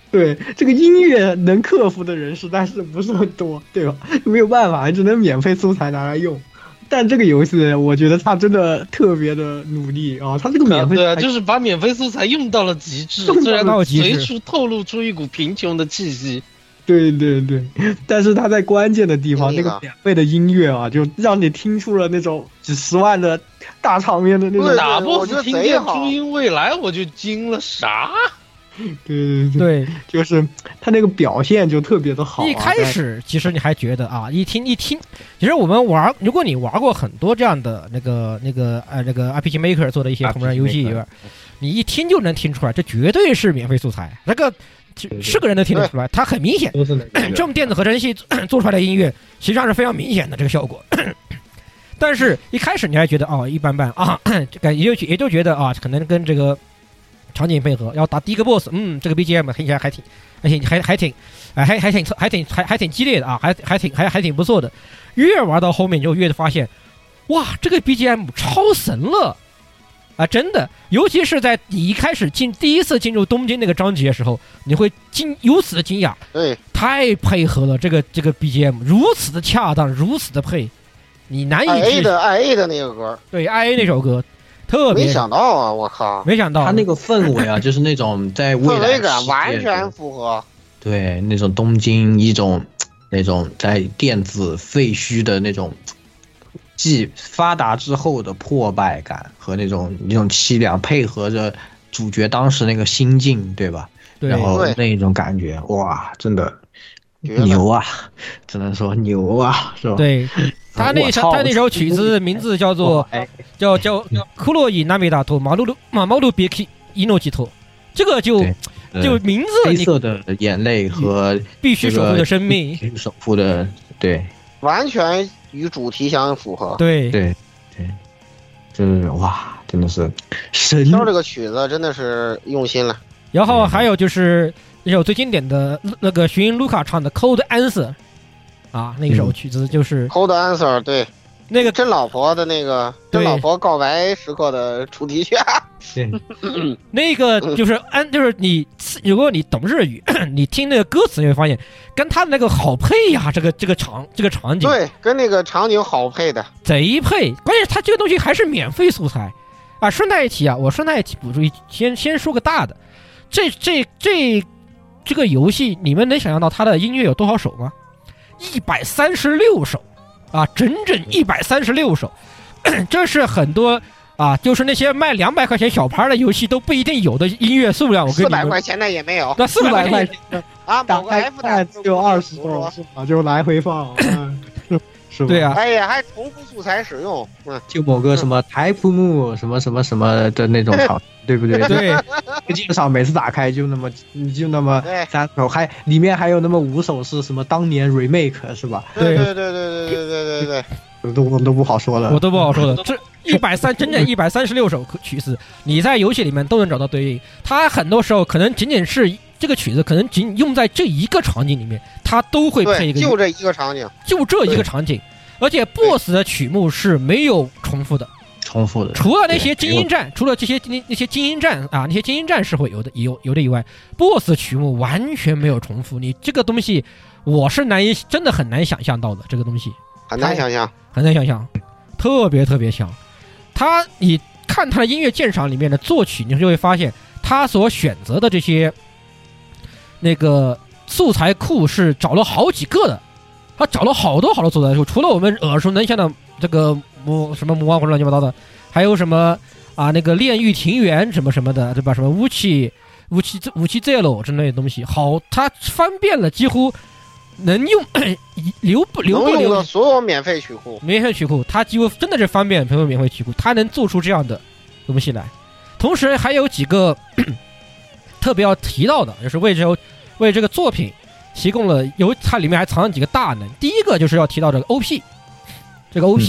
对，这个音乐能克服的人实在是不是很多，对吧？没有办法，只能免费素材拿来用。但这个游戏，我觉得它真的特别的努力啊！它这个免费对啊，就是把免费素材用到了极致，虽然随处透露出一股贫穷的气息。 对对对，但是它在关键的地方，那个免费的音乐啊，就让你听出了那种几十万的大场面的那种。 打 boss 听见朱茵未来，我就惊了，啥？ 对对对，就是他那个表现就特别的好、啊。 一开始其实你还觉得啊，一听一听，其实我们玩，如果你玩过很多这样的那个那个呃那个 R P G Maker 做的一些同人游戏里边，你一听就能听出来，这绝对是免费素材。那个是个人都听得出来，它很明显。这种电子合成器做出来的音乐，实际上是非常明显的这个效果。但是一开始你还觉得哦一般般啊，这个也就也就觉得啊，可能跟这个场景配合，要打第一个 boss， 嗯，这个 B G M 听起来还挺，还挺还还挺，哎，还还挺还挺还还挺激烈的啊，还还挺还还挺不错的。越玩到后面，你就越发现，哇，这个 B G M 超神了啊！真的，尤其是在你一开始进第一次进入东京那个章节的时候，你会惊如此的惊讶， 对， 太配合了，这个这个 B G M 如此的恰当，如此的配，你难以 I A 的 I A 的那个歌， 对 I A 那首歌。特别没想到啊！我靠， 没想到他那个氛围啊，就是那种在未来氛围感完全符合。 对，那种东京一种那种在电子废墟的那种既发达之后的破败感和那种那种凄凉，配合着主角当时那个心境，对吧？ 对， 然后那种感觉，哇，真的牛啊！只能说牛啊，是吧？ 对。他那首他那首曲子名字叫做叫叫库洛伊纳米达托马路路马马路别克伊诺吉托，这个就就名字黑色的眼泪和必须守护的生命， 必须守护的对， 完全与主题相符合。 对对对，就是哇，真的是神！ 挑这个曲子真的是用心了。 然后还有就是那首最经典的那个寻卢卡唱的《Cold Answer》。啊，那首曲子就是《 Cold Answer》，对， 那个真老婆的那个真老婆告白时刻的主题曲。 对， 那个就是安，就是你，如果你懂日语，你听那个歌词，你会发现跟他的那个好配呀，这个这个场这个场景， 对，跟那个场景好配的， 贼配。关键他这个东西还是免费素材啊！顺带一提啊，我顺带一提补充一，先先说个大的，这这这这个游戏，你们能想象到它的音乐有多少首吗？一百三十六首，啊，整整一百三十六首，这是很多啊，就是那些卖两百块钱小牌的游戏都不一定有的音乐数量。我跟你四百块钱的也没有， 那四百块钱啊， 打开看只有二十多，是吧？就来回放，嗯、是吧？ 对啊， 哎呀，还重复素材使用，嗯， 就某个什么台铺木什么什么什么的那种场。对不对？ 对， 介绍每次打开就那么就那么三首，还里面还有那么五首是什么当年 remake 是吧？ 对对对对对对对对对，都都不好说了， 我都不好说了。这一百三整整一百三十六首曲子，你在游戏里面都能找到对应。它很多时候可能仅仅是这个曲子，可能仅用在这一个场景里面，它都会配一个， 就这一个场景， 就这一个场景，而且 B O S S 的曲目是没有重复的。 重复的， 除了那些精英战，除了这些那那些精英战啊，那些精英战是会有的，有有的以外 ，B O S S 曲目完全没有重复。你这个东西，我是难以，真的很难想象到的。这个东西很难想象， 很难想象，特别特别强。他，你看他的音乐鉴赏里面的作曲，你就会发现他所选择的这些那个素材库是找了好几个的，他找了好多好多素材库，除了我们耳熟能详的这个。魔什么魔王或者乱七八糟的，还有什么啊那个炼狱庭园什么什么的，对吧？什么武器武器武器 zero 之类的东西，好，它翻遍了，几乎能用留不留不留的所有免费曲库， 免费曲库，它几乎真的是翻遍所有免费曲库，它能做出这样的东西来。同时还有几个特别要提到的，就是为这为这个作品提供了有它里面还藏了几个大能。第一个就是要提到这个 O P， 这个 O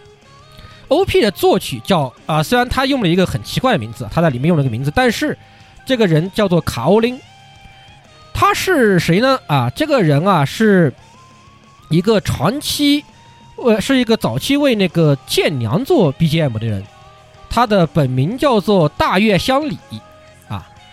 P。O P 的作曲叫啊、呃，虽然他用了一个很奇怪的名字，他在里面用了个名字，但是这个人叫做卡欧琳，他是谁呢？啊，这个人啊是一个长期，呃，是一个早期为那个剑娘做 B G M 的人，他的本名叫做大月香里啊，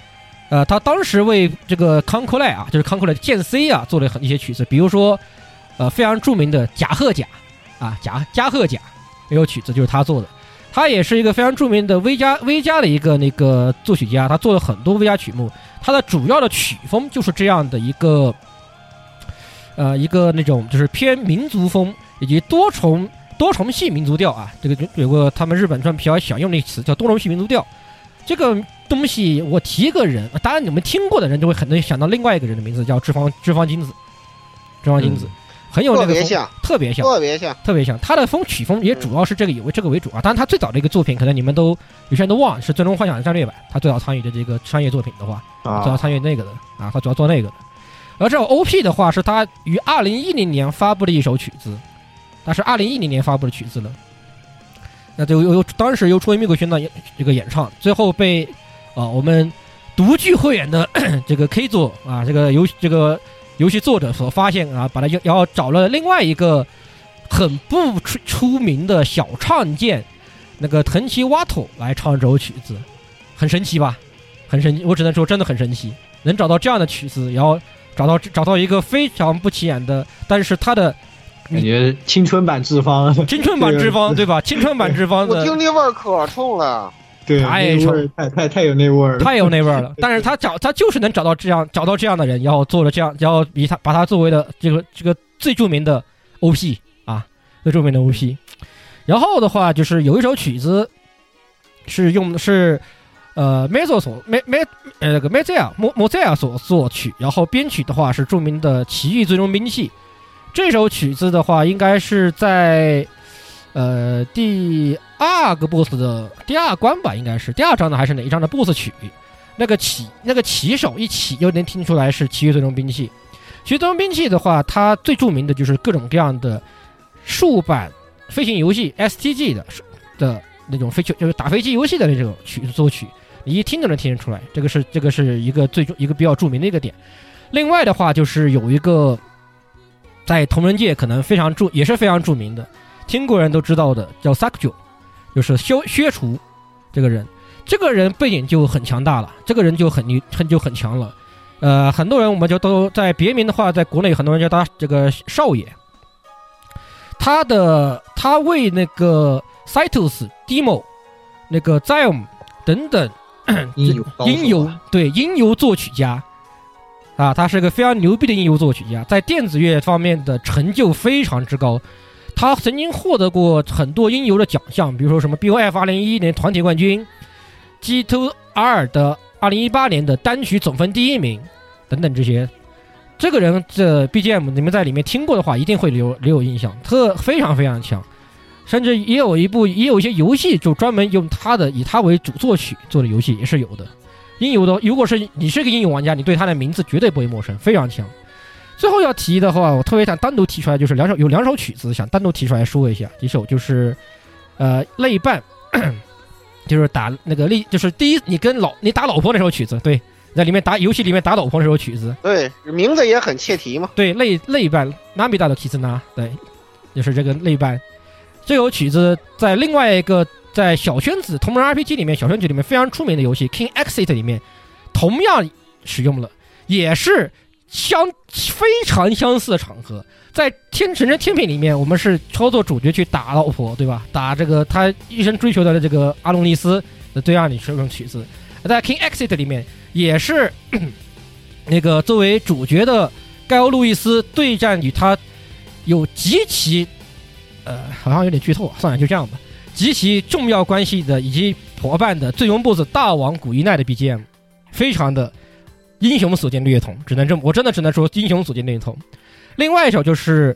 呃，他当时为这个康科莱啊，就是康科莱剑 C 啊，做了很一些曲子，比如说，呃，非常著名的贾贺甲啊，贾加贺甲，也有曲子就是他做的。他也是一个非常著名的 V 加 V 加的一个那个作曲家，他做了很多 V 加曲目。他的主要的曲风就是这样的一个，呃，一个那种就是偏民族风以及多重多重系民族调啊。这个有个他们日本专比较想用的一个词叫多重系民族调。这个东西我提一个人，当然你们听过的人就会很能想到另外一个人的名字，叫脂肪脂肪金子，脂肪金子。嗯，很有那个特别像， 特别像， 特别像， 特别像。他的风曲风也主要是这个以为这个为主啊。当然，他最早的一个作品，可能你们都有些人都忘了，是《最终幻想》的战略版。他最早参与的这个商业作品的话， 啊、 主要参与那个的啊，他主要做那个的。而这首 O P 的话，是他于二零一零年发布的一首曲子，他是二零一零年发布的曲子了。那就由当时由初音未来宣导这个演唱，最后被啊我们独具慧眼的这个 K 作啊，这个游这个。游戏作者所发现啊，把他要要找了另外一个很不出出名的小唱剑，那个藤崎挖头来唱这首曲子，很神奇吧？很神奇，我只能说真的很神奇，能找到这样的曲子，然后找到找到一个非常不起眼的，但是他的感觉青春版志方， 青春版志方对吧？青春版志方的， 我听那味儿可冲了。 对， 太臭，太太太有那味儿了， 太有那味儿了。但是他找他就是能找到这样找到这样的人，然后做了这样，然后以他把他作为的这个这个最著名的 O P 啊，最著名的 O P。然后的话就是有一首曲子是用的是呃 Mezzo 所 Me Me 呃那个 Mezzo 莫莫塞尔所作曲，然后编曲的话是著名的《奇遇最终兵器》。这首曲子的话应该是在。呃，第二个 boss 的第二关吧，应该是第二章的还是哪一章的 boss 曲？那个起那个起手一起就能听出来是奇遇最终兵器。奇遇最终兵器的话，它最著名的就是各种各样的竖版飞行游戏 S T G 的的那种飞球，就是打飞机游戏的那种曲作曲，你一听就能听得出来。这个是这个是一个最一个比较著名的一个点。另外的话，就是有一个在同人界可能非常著也是非常著名的。听过人都知道的叫 Sakujo， 就是削削除这个人，这个人背景就很强大了，这个人就很很就很强了。呃，很多人我们就都在别名的话，在国内很多人叫他这个少爷。他的他为那个 Cytos、Demo、那个 Zion 等等音游音游对音游作曲家啊，他是个非常牛逼的音游作曲家，在电子乐方面的成就非常之高。他曾经获得过很多音游的奖项，比如说什么 B O F 二零一一年团体冠军 ，G two R 的二零一八年的单曲总分第一名等等这些。这个人这 B G M 你们在里面听过的话，一定会留留有印象，特非常非常强。甚至也有一部也有一些游戏就专门用他的以他为主作曲做的游戏也是有的。音游的，如果是你是个音游玩家，你对他的名字绝对不会陌生，非常强。最后要提的话，我特别想单独提出来，就是两首有两首曲子想单独提出来说一下。一首就是，呃，泪伴，就是打那个力，就是第一你跟老你打老婆那首曲子，对，在里面打游戏里面打老婆那首曲子， 对，名字也很切题嘛。 对，泪泪伴，纳米达的提斯纳，对，就是这个泪伴。这首曲子在另外一个在小圈子同人 R P G 里面，小圈子里面非常出名的游戏 King Exit 里面同样使用了，也是。相非常相似的场合，在天神之天品里面，我们是操作主角去打老婆，对吧？打这个他一生追求的这个阿隆尼斯的对岸里使用曲子。在 King Exit 里面，也是那个作为主角的盖欧路易斯对战与他有极其呃，好像有点剧透啊，算了，就这样吧。极其重要关系的以及伙伴的最终 B O S S 大王古一奈的 B G M， 非常的。英雄所见略同，只能这么，我真的只能说英雄所见略同。另外一首就是，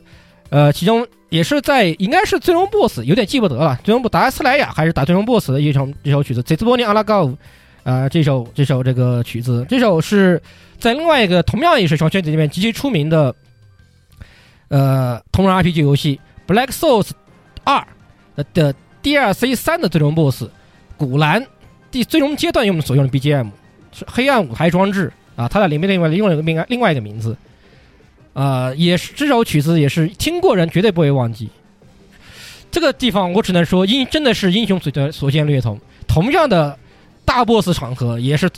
呃，其中也是在应该是最终 B O S S， 有点记不得了，最终打斯莱亚还是打最终 B O S S 的一首这首曲子《Z 波尼阿拉高》，呃，这首这首这个曲子，这首是在另外一个同样也是小圈子里面极其出名的，呃，同人 R P G 游戏《Black Souls 二》的 D L C 三的最终 B O S S 古兰第最终阶段用的所用的 B G M 是黑暗舞台装置。啊，他在里面另外另外一个另外另外一个名字，呃，也是这首曲子也是听过人绝对不会忘记。这个地方我只能说，英真的是英雄所所见略同。同样的大 boss 场合，也是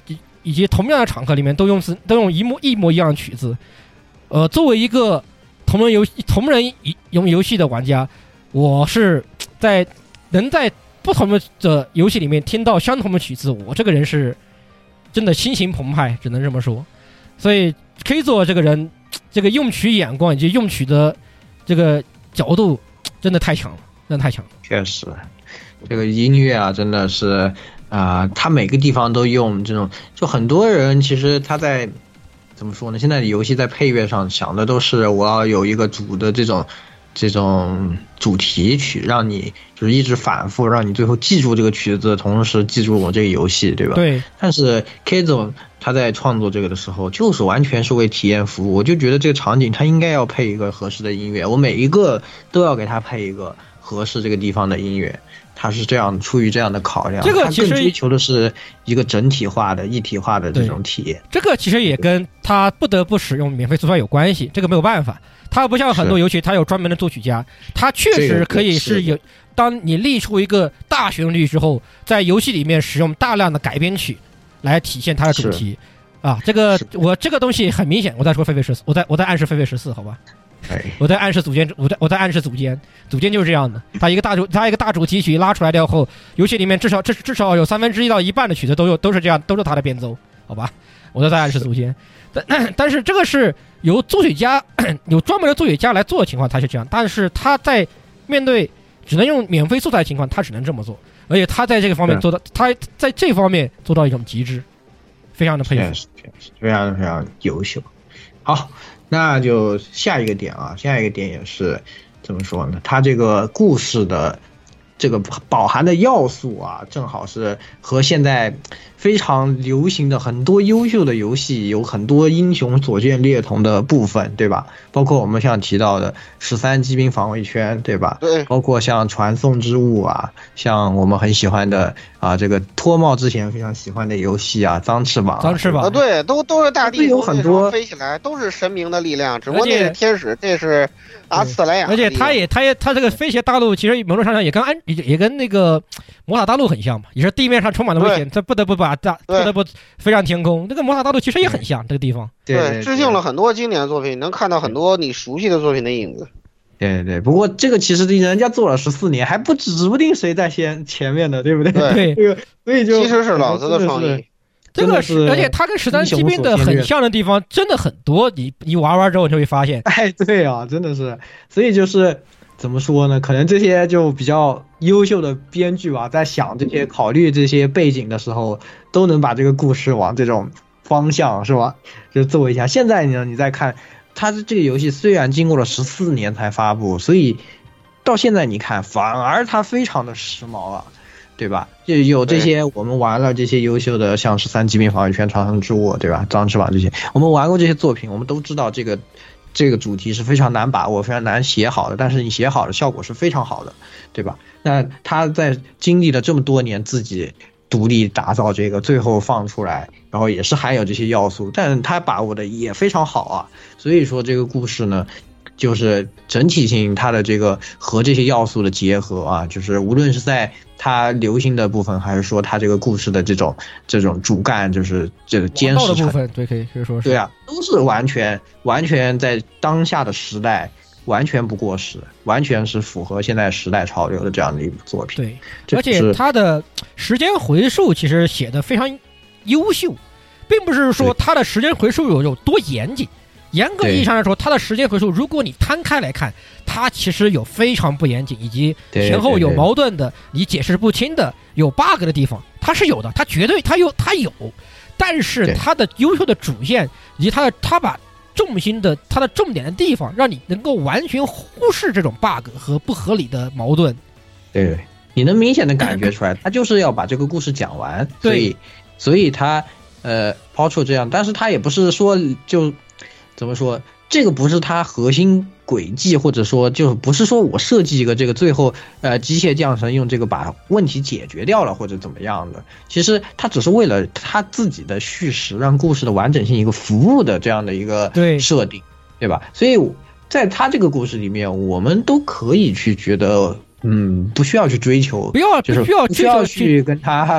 以及同样的场合里面都用字都用一模一模一样的曲子。呃，作为一个同人游戏同人游游戏的玩家，我是在能在不同的游戏里面听到相同的曲子，我这个人是真的心情澎湃，只能这么说。所以 K 作这个人，这个用曲眼光以及用曲的这个角度，真的太强了，真的太强了。 确实，这个音乐啊，真的是啊、呃，他每个地方都用这种，就很多人其实他在怎么说呢？现在的游戏在配乐上想的都是我要有一个主的这种。这种主题曲让你就是一直反复，让你最后记住这个曲子，同时记住我这个游戏，对吧？ 对。 但是 K 总他在创作这个的时候，就是完全是为体验服务。我就觉得这个场景他应该要配一个合适的音乐，我每一个都要给他配一个合适这个地方的音乐。他是这样出于这样的考量， 这个其实他更追求的是一个整体化的、一体化的这种体验。 这个其实也跟他不得不使用免费素材有关系，这个没有办法。它不像很多游戏，它有专门的作曲家，它确实可以是有。当你立出一个大旋律之后，在游戏里面使用大量的改编曲来体现它的主题，啊，这个我这个东西很明显，我在说狒狒十四，我在我在暗示狒狒十四，好吧？我在暗示组间，我在我在暗示组间，组间就是这样的。它一个大主，它一个大主题曲拉出来了后，游戏里面至少至至少有三分之一到一半的曲子都有都是这样，都是它的变奏，好吧？我都在暗示组间。但但是这个是由作曲家有专门的作曲家来做的情况，他是这样。但是他在面对只能用免费素材的情况，他只能这么做，而且他在这个方面做到，他在这方面做到一种极致，非常的佩服， 非常非常优秀。好，那就下一个点啊，下一个点也是怎么说呢？他这个故事的这个饱含的要素啊，正好是和现在非常流行的很多优秀的游戏有很多英雄所见略同的部分，对吧？包括我们像提到的十三机兵防卫圈，对吧？ 对。 包括像传送之物啊，像我们很喜欢的啊，这个脱帽之前非常喜欢的游戏啊，脏翅膀、啊， 脏翅膀啊，对，都都是大地有很多飞起来，都是神明的力量，只不过那是天使，这是阿斯莱亚。 而且他也，他也，他这个飞鞋大陆其实某种程度上也跟安也也跟那个魔塔大陆很像嘛，也是地面上充满了危险，他不得不把大不得不飞上天空。这个魔塔大陆其实也很像这个地方， 对，对对致敬了很多经典的作品，能看到很多你熟悉的作品的影子。 对对，不过这个其实人家做了十四年，还不指不定谁在先前面的，对不对？ 对， 这个所以就其实是老子的创意。 这个是，而且它跟十三机兵的很像的地方真的很多，你你玩玩之后就会发现。 哎，对啊，真的是，所以就是怎么说呢？可能这些就比较优秀的编剧吧，在想这些、考虑这些背景的时候，都能把这个故事往这种方向，是吧？就做一下。现在呢，你再看，它这个游戏虽然经过了十四年才发布，所以到现在你看，反而它非常的时髦啊。对吧？就有这些我们玩了这些优秀的，像十三机兵防卫圈、长生之物，对吧？脏翅膀这些，我们玩过这些作品，我们都知道这个这个主题是非常难把握、非常难写好的，但是你写好的效果是非常好的，对吧？那他在经历了这么多年自己独立打造这个，最后放出来，然后也是含有这些要素，但是他把握的也非常好啊。所以说这个故事呢，就是整体性它的这个和这些要素的结合啊，就是无论是在它流行的部分，还是说它这个故事的这种这种主干，就是这个坚实的部分，对，可以可以说是， 对啊，都是完全完全在当下的时代完全不过时，完全是符合现在时代潮流的这样的一部作品。 对，而且它的时间回溯其实写的非常优秀，并不是说它的时间回溯有有多严谨。严格意义上来说，它的时间回溯，如果你摊开来看，它其实有非常不严谨，以及前后有矛盾的、你解释不清的、有 bug 的地方，它是有的，它绝对它有它有，但是它的优秀的主线以及它的它把重心的它的重点的地方，让你能够完全忽视这种 bug 和不合理的矛盾。 对，你能明显的感觉出来，他就是要把这个故事讲完，所以所以他呃抛出这样，但是他也不是说就。怎么说？这个不是它核心轨迹，或者说就不是说我设计一个这个最后呃机械降神用这个把问题解决掉了或者怎么样的。其实它只是为了它自己的叙事，让故事的完整性一个服务的这样的一个设定， 对, 对吧？所以在它这个故事里面，我们都可以去觉得，嗯，不需要去追求， 不要就是不需要不需要去跟它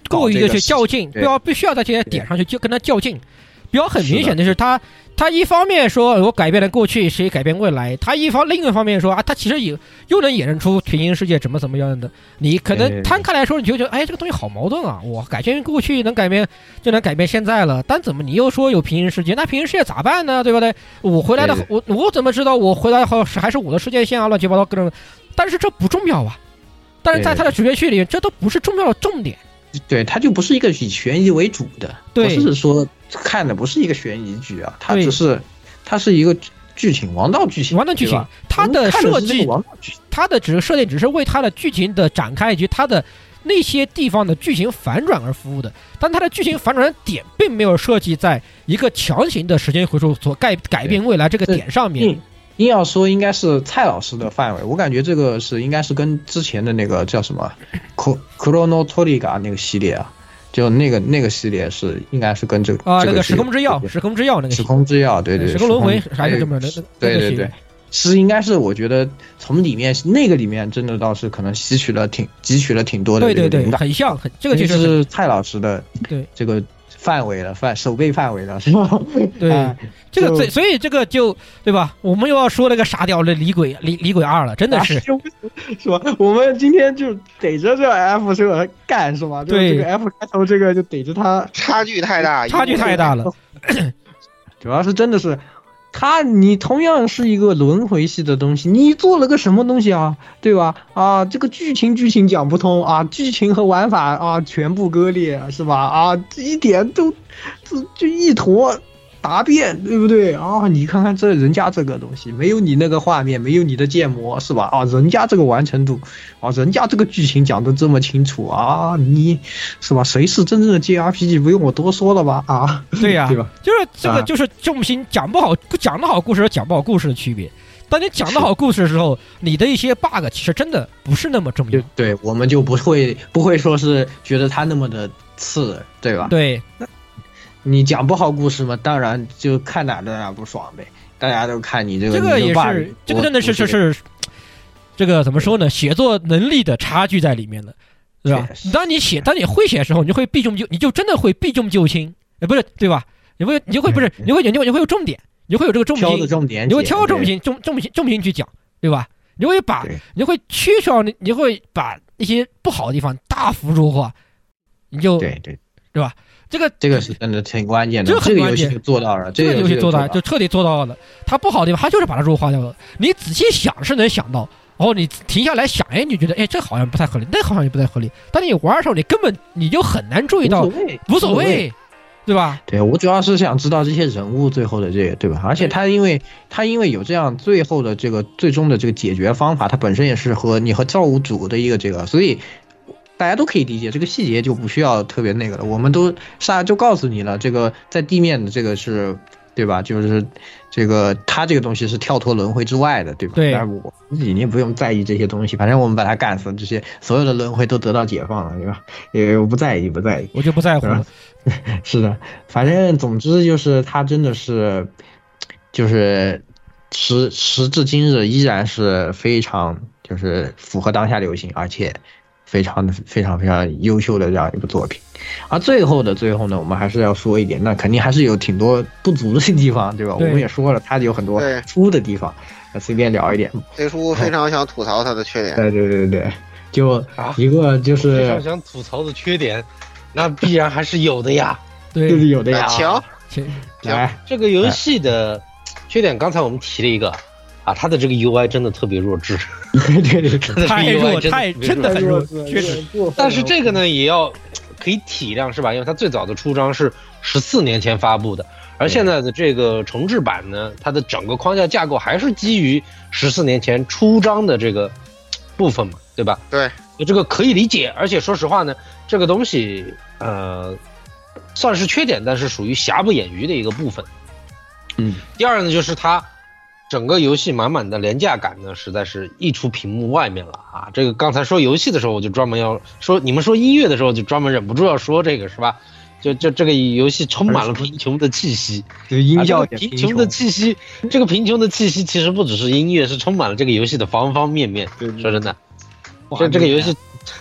过于的去较劲，不要必须要在这些点上去就跟他较劲。比较很明显的是他，他一方面说我改变了过去，谁改变未来，他一方另一方面说啊，他其实也又能衍生出平行世界怎么怎么样的。你可能摊开来说，你就觉得哎，这个东西好矛盾啊！我改变过去能改变，就能改变现在了，但怎么你又说有平行世界？那平行世界咋办呢？对不对？我回来的，我我怎么知道我回来后是还是我的世界线啊？乱七八糟各种，但是这不重要啊。但是在他的主角序里面，这都不是重要的重点。 对，它就不是一个以悬疑为主的，不是说看的不是一个悬疑剧啊，它只是它是一个剧情王道剧情， 王道剧情，它的设计，它的只是设定只是为它的剧情的展开以及它的那些地方的剧情反转而服务的，但它的剧情反转的点并没有设计在一个强行的时间回溯所改改变未来这个点上面。 硬要说应该是蔡老师的范围，我感觉这个是应该是跟之前的那个叫什么 Chrono Trigger 那个系列啊，就那个那个系列是应该是跟这个啊、呃、 这个时空之钥，时空之钥那个时空之钥，对对， 时空轮回啥就这么的， 对对对，是应该是我觉得从里面那个里面真的倒是可能吸取了挺汲取了挺多的， 对对对，很像很这个就是蔡老师的对这个范围了，范手背范围了，是吧？ 对。啊这个所以这个就对吧？我们又要说那个傻屌的李鬼李李鬼二了，真的是， 是吧？我们今天就逮着这 F 这个干是吧？ 对， 这个 F 开头这个就逮着他， 差距太大， 差距太大了。 主要是真的是他，你同样是一个轮回系的东西，你做了个什么东西啊？对吧？啊，这个剧情剧情讲不通啊，剧情和玩法啊全部割裂是吧？啊，一点都就就一坨。答辩对不对啊？你看看这人家这个东西，没有你那个画面，没有你的建模是吧？啊，人家这个完成度啊，人家这个剧情讲得这么清楚啊，你是吧？谁是真正的 J R P G 不用我多说了吧？啊， 对呀、啊， 对吧？ 就是这个就是重心讲不好，讲得好故事和讲不好故事的区别。当你讲得好故事的时候，你的一些 bug 其实真的不是那么重要。 对，我们就不会不会说是觉得它那么的次，对吧？ 对。 你讲不好故事嘛，当然就看哪的哪不爽呗。大家都看你这个， 这个也是，这个真的是是是，这个怎么说呢？写作能力的差距在里面了，对吧？当你写，当你会写的时候，你就会避重就，你就真的会避重就轻，哎，不是对吧？你会，你就会不是，你会，你会，你会有重点，你会有这个重心， 挑的重点， 你会挑重心，重重心重心去讲，对吧？你会把，你会缺少，你你会把一些不好的地方大幅弱化，你就对对， 对吧？这个这个是真的挺关键的， 这个游戏就做到了， 这个游戏做到就彻底做到了。它不好的地方，它就是把它弱化掉了。你仔细想是能想到，然后你停下来想，哎，你觉得，哎，这好像不太合理，那好像也不太合理。但你玩的时候，你根本你就很难注意到， 无所谓， 无所谓，对吧？ 对，我主要是想知道这些人物最后的这个，对吧？而且他因为他因为有这样最后的这个最终的这个解决方法，它本身也是和你和造物主的一个这个，所以。大家都可以理解，这个细节就不需要特别那个了。我们都上就告诉你了，这个在地面的这个是，对吧？就是这个它这个东西是跳脱轮回之外的，对吧？ 对。 但是我自己你不用在意这些东西，反正我们把它干死，这些所有的轮回都得到解放了，对吧？也我不在意，不在意， 我就不在乎了。 是的，反正总之就是它真的是，就是时时至今日依然是非常就是符合当下流行，而且。非常的非常非常优秀的这样一部作品，而最后的最后呢，我们还是要说一点，那肯定还是有挺多不足的地方，对吧？ 对我们也说了，它有很多粗的地方，随便聊一点。 这书非常想吐槽它的缺点。 对对对对，就一个就是、 啊、非常想吐槽的缺点，那必然还是有的呀。 对， 就是有的呀。 强， 来， 这个游戏的缺点，刚才我们提了一个。啊，它的这个 U I 真的特别弱智， 对对对， 太弱，太真的很弱，确实。 但是这个呢，也要可以体谅，是吧？因为它最早的出章是十四年前发布的，而现在的这个重制版呢，它的整个框架架构还是基于十四年前出章的这个部分嘛，对吧？ 对， 这个可以理解。而且说实话呢，这个东西呃算是缺点，但是属于瑕不掩瑜的一个部分。 嗯， 第二呢，就是它。整个游戏满满的廉价感呢，实在是溢出屏幕外面了啊！这个刚才说游戏的时候，我就专门要说，你们说音乐的时候，就专门忍不住要说这个，是吧？就就这个游戏充满了贫穷的气息， 就是音效、 啊、贫穷的气息。这个贫穷的气息其实不只是音乐，是充满了这个游戏的方方面面。说真的，这这个游戏，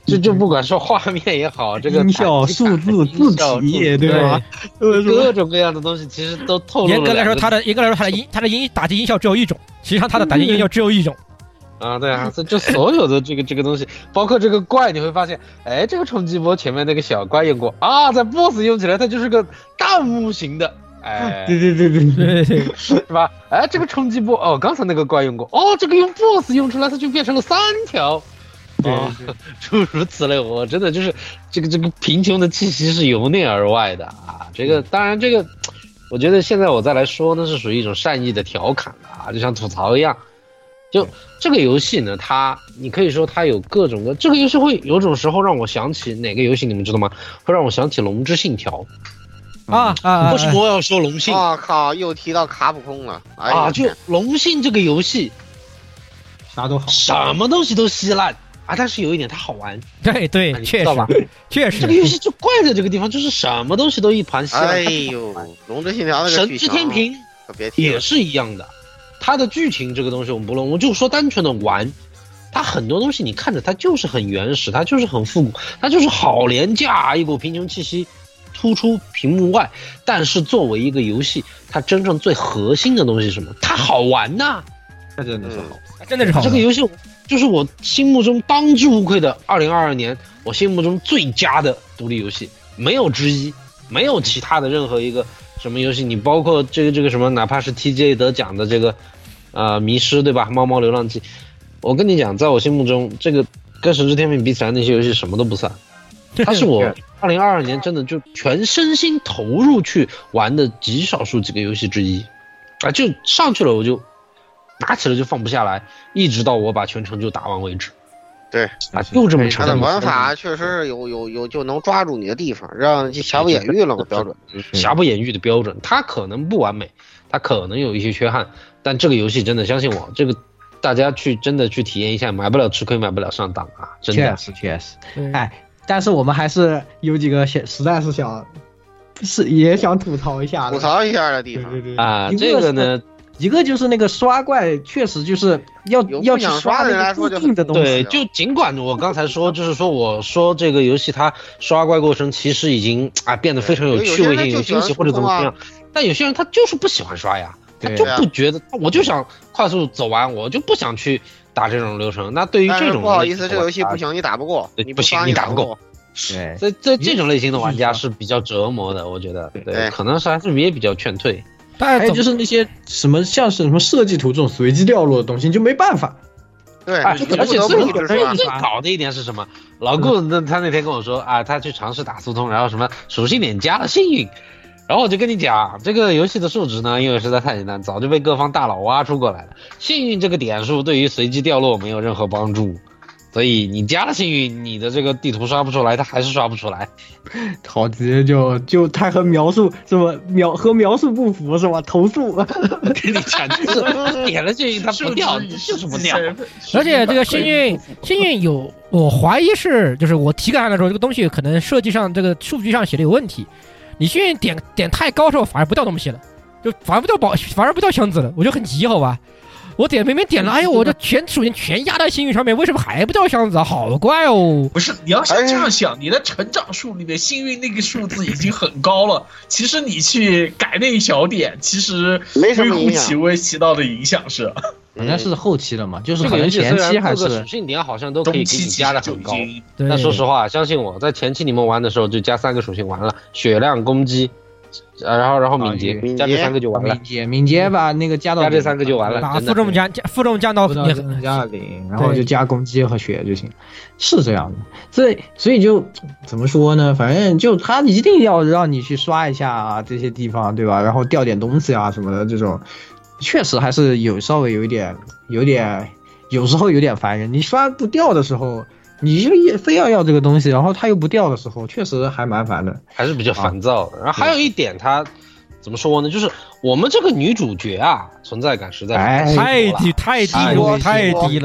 就就不管说画面也好，这个音效、数字、字体，对吧？ 各种各样的东西其实都透露了。 严格来说，它的严格来说，它的音它的音打击音效只有一种，实际上它的打击音效只有一种。 啊，对啊，这就所有的这个这个东西，包括这个怪，你会发现，哎，这个冲击波前面那个小怪用过啊，在 B O S S 用起来它就是个弹幕型的，哎， 对对对对对对， 是吧？哎，这个冲击波哦，刚才那个怪用过，哦，这个用 B O S S 用出来它就变成了三条，哦，诸如此类，我真的就是这个这个贫穷的气息是由内而外的啊，这个当然这个，我觉得现在我再来说呢，是属于一种善意的调侃啊，就像吐槽一样。就这个游戏呢，它你可以说它有各种各，这个游戏会有种时候让我想起哪个游戏，你们知道吗？会让我想起《龙之信条》 啊啊！ 为什么我要说龙信？ 我靠，又提到卡普空了！哎啊，就龙信这个游戏， 啥都好， 什么东西都稀烂啊，但是有一点它好玩。 对对，确实，确实， 这个游戏就怪在这个地方，就是什么东西都一盘稀烂。 哎呦，《龙之信条》那个神之天平也是一样的。它的剧情这个东西我们不论，我就说单纯的玩，它很多东西你看着它就是很原始，它就是很复古，它就是好廉价，一股贫穷气息突出屏幕外。但是作为一个游戏，它真正最核心的东西是什么？它好玩呐、啊， 它真的是好， 真的是好。 这个游戏就是我心目中当之无愧的二零二二年我心目中最佳的独立游戏，没有之一，没有其他的任何一个。什么游戏？你包括这个这个什么，哪怕是 T G A 得奖的这个，呃，迷失对吧？猫猫流浪记，我跟你讲，在我心目中，这个跟神之天平比起来，那些游戏什么都不算。它是我二零二二年真的就全身心投入去玩的极少数几个游戏之一，啊，就上去了我就拿起来就放不下来，一直到我把全程就打完为止。 对啊，就这么长。 他的玩法确实有有有就能抓住你的地方，让瑕不掩瑜了嘛标准。 瑕不掩瑜的标准，它可能不完美，它可能有一些缺憾，但这个游戏真的相信我，这个大家去真的去体验一下，买不了吃亏，买不了上当啊！真的， 确实确实。哎，但是我们还是有几个想，实在是想，是也想吐槽一下， 吐槽一下的地方。 对对对啊，这个呢。 一个就是那个刷怪，确实就是要要去刷那个固定的东西。 对，就尽管我刚才说，就是说我说这个游戏它刷怪过程其实已经啊变得非常有趣味性、有惊喜或者怎么样，但有些人他就是不喜欢刷呀，他就不觉得，我就想快速走完，我就不想去打这种流程。那对于这种不好意思，这个游戏不行，你打不过，你不行，你打不过。 对， 所以这这种类型的玩家是比较折磨的，我觉得，对，可能是还是也比较劝退。 还有就是那些什么像是什么设计图这种随机掉落的东西，你就没办法。 对， 而且最最搞的一点是什么？老顾那他那天跟我说啊，他去尝试打速通，然后什么属性点加了幸运，然后我就跟你讲，这个游戏的数值呢，因为实在太简单，早就被各方大佬挖出过来了。幸运这个点数对于随机掉落没有任何帮助。所以你加了幸运，你的这个地图刷不出来，它还是刷不出来。 好直接就就他和描述是吧？描和描述不符是吧？投诉。 跟你讲，就是点了幸运它不掉，就是不掉。 而且这个幸运幸运有，我怀疑是就是我体感上来说，这个东西可能设计上这个数据上写的有问题。你幸运点点太高之后，反而不掉东西了，就反而不掉宝，反而不掉箱子了，我就很急，好吧？我点明明点了，哎呦，我这全属性全压在幸运上面，为什么还不掉箱子啊？好怪哦！ 不是，你要是这样想，你的成长树里面幸运那个数字已经很高了，其实你去改那一小点，其实微乎其微起到的影响是， 好像是后期了嘛，就是可能前期还是各个属性点好像都可以给你加的很高。那说实话，相信我在前期你们玩的时候就加三个属性完了，血量、攻击。呃，然后然后敏捷， 敏加这三个就完了。 敏捷，敏捷把那个加到加这三个就完了。 把负重加加负重降到加到零，然后就加攻击和血就行，是这样的。所以所以就怎么说呢？反正就他一定要让你去刷一下啊这些地方，对吧？然后掉点东西啊什么的，这种确实还是有稍微有一点有点有时候有点烦人。你刷不掉的时候。你就也非要要这个东西，然后它又不掉的时候，确实还蛮烦的， 还是比较烦躁的。啊、然后还有一点，它怎么说呢？就是我们这个女主角啊，存在感实在太低太低了，太低了。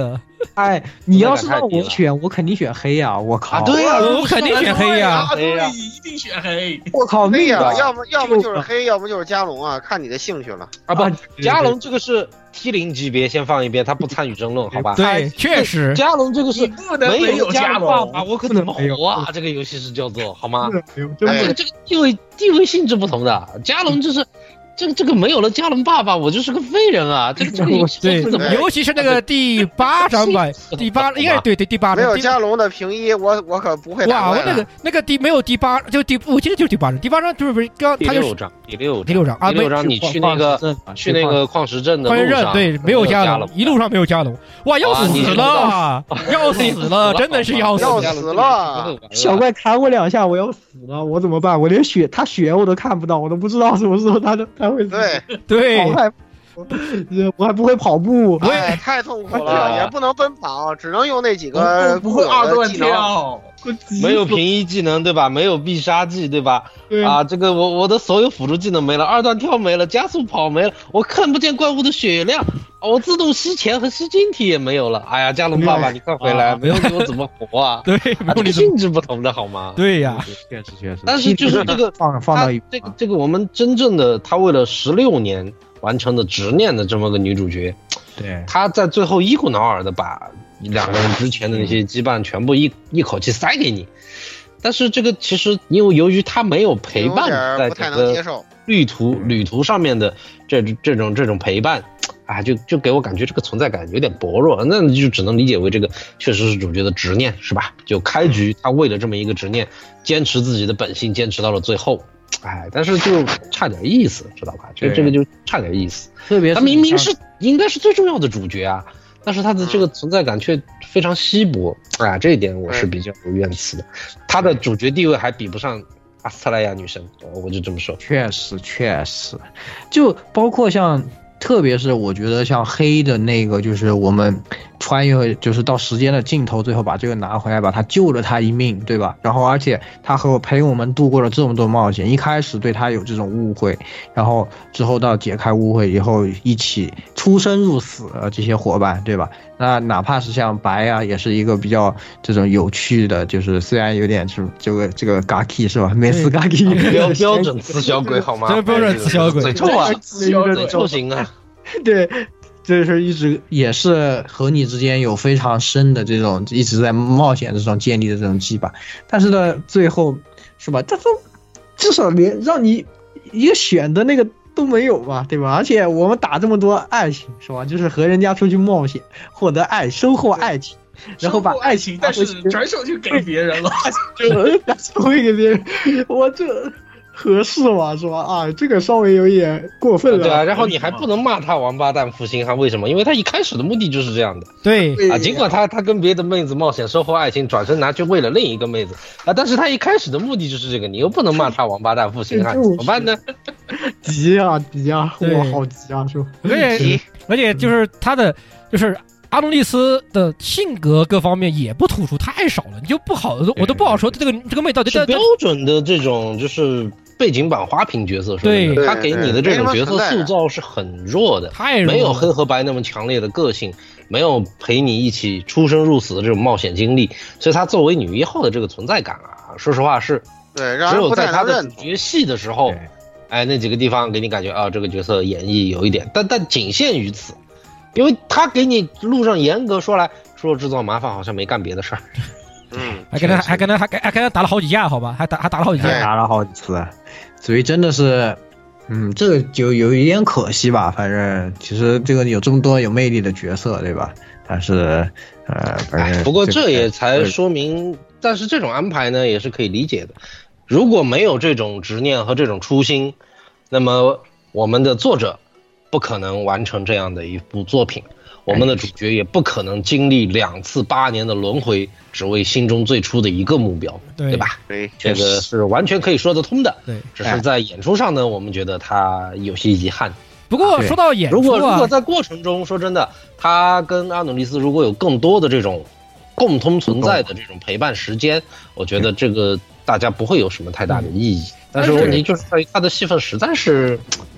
哎，你要是让我选，我肯定选黑呀！我靠， 啊对呀， 我肯定选黑呀， 对呀，一定选黑。 我靠， 黑呀，要么要么就是黑，要么就是加龙啊，看你的兴趣了啊。不，加龙这个是 T 零级别，先放一边，他不参与争论，好吧？ 对，确实， 加龙这个是没有加龙啊， 我可怎么活啊？这个游戏是叫做好吗？ 这个这个地位地位性质不同的，加龙就是。这个这个没有了加龙爸爸，我就是个废人啊！这个这个游戏对，尤其是那个第八章吧，第八应该对对第八章没有加龙的平一，我我可不会打。 哇，我那个那个第没有第八，就第我记得就是第八章，第八章就是不是刚他就第六章，第六第六章啊， 第六章你去那个去那个矿石镇的路上， 对，没有加龙，一路上没有加龙，哇，要死了，要死了，真的是要死要死了！ 小怪砍我两下，我要死了，我怎么办？我连血他血我都看不到，我都不知道什么时候他的。 对对， 我还我还不会跑步， 哎，太痛苦了，也不能奔跑，只能用那几个不会二段跳， 没有平一技能对吧？没有必杀技对吧？ 对啊，这个我我的所有辅助技能没了，二段跳没了，加速跑没了，我看不见怪物的血量，我自动吸钱和吸晶体也没有了。哎呀，加龙爸爸，你快回来，没有你我怎么活啊？ 对， 这个性质不同的好吗？ 对呀， 确实确实。 但是就是这个放放到这个这个我们真正的他为了十六年完成的执念的这么个女主角， 对， 她在最后一股脑儿的把两个人之前的那些羁绊全部一一口气塞给你。但是这个其实因为由于他没有陪伴在这个旅途旅途上面的这这种这种陪伴啊，就就给我感觉这个存在感有点薄弱，那就只能理解为这个确实是主角的执念，是吧？就开局他为了这么一个执念，坚持自己的本性，坚持到了最后，哎，但是就差点意思，知道吧？这这个就差点意思， 特别是他明明是应该是最重要的主角啊。但是他的这个存在感却非常稀薄，啊，这一点我是比较有怨词的。他的主角地位还比不上阿斯特莱亚女神，我就这么说。 确实，确实，就包括像，特别是我觉得像黑的那个，就是我们穿越，就是到时间的尽头，最后把这个拿回来，把他救了他一命，对吧？然后而且他和我陪我们度过了这么多冒险，一开始对他有这种误会，然后之后到解开误会以后，一起出生入死的这些伙伴，对吧？那哪怕是像白啊，也是一个比较这种有趣的，就是虽然有点是这个这个 gaki 是吧？没死 gaki 标标准刺小鬼好吗？ 这标准刺小鬼， 嘴臭啊，嘴臭型啊， 对。这是一直也是和你之间有非常深的这种一直在冒险这种建立的这种羁绊，但是呢，最后是吧？他说至少连让你一个选的那个都没有嘛，对吧？而且我们打这么多爱情是吧？就是和人家出去冒险，获得爱，收获爱情，然后把爱情，但是转手就给别人了， 就收给别人，我这。合适嘛，是吧？啊，这个稍微有点过分了。 对啊，然后你还不能骂他王八蛋负心汉，为什么？因为他一开始的目的就是这样的。 对啊，尽管他他跟别的妹子冒险收获爱情，转身拿去为了另一个妹子啊，但是他一开始的目的就是这个，你又不能骂他王八蛋负心汉，怎么办呢？ 急啊急啊，我好急啊，是吧？ 而且而且就是他的就是阿诺丽丝的性格各方面也不突出，太少了，你就不好，我都不好说这个这个妹到底是标准的这种就是背景板花瓶角色， 对， 他给你的这种角色塑造是很弱的， 太弱了， 没有黑和白那么强烈的个性，没有陪你一起出生入死的这种冒险经历，所以他作为女一号的这个存在感啊，说实话是对， 只有在他的主角戏的时候，哎，那几个地方给你感觉啊，这个角色演绎有一点，但但仅限于此。因为他给你路上严格说来，除了制造麻烦，好像没干别的事儿。 嗯， 还跟他还跟他还还跟他打了好几架，好吧，还打还打了好几架， 打了好几次，所以真的是，嗯，这个就有一点可惜吧。反正其实这个有这么多有魅力的角色，对吧？但是呃，反正不过这也才说明，但是这种安排呢也是可以理解的。如果没有这种执念和这种初心，那么我们的作者不可能完成这样的一部作品，我们的主角也不可能经历两次八年的轮回，只为心中最初的一个目标， 对, 对吧？ 对， 这个是完全可以说得通的。 对， 只是在演出上呢，我们觉得他有些遗憾。 不过说到演出、啊， 如果如果在过程中，说真的，他跟阿努丽斯如果有更多的这种共通存在的这种陪伴时间，我觉得这个大家不会有什么太大的意义。但是问题就是在于他的戏份实在是。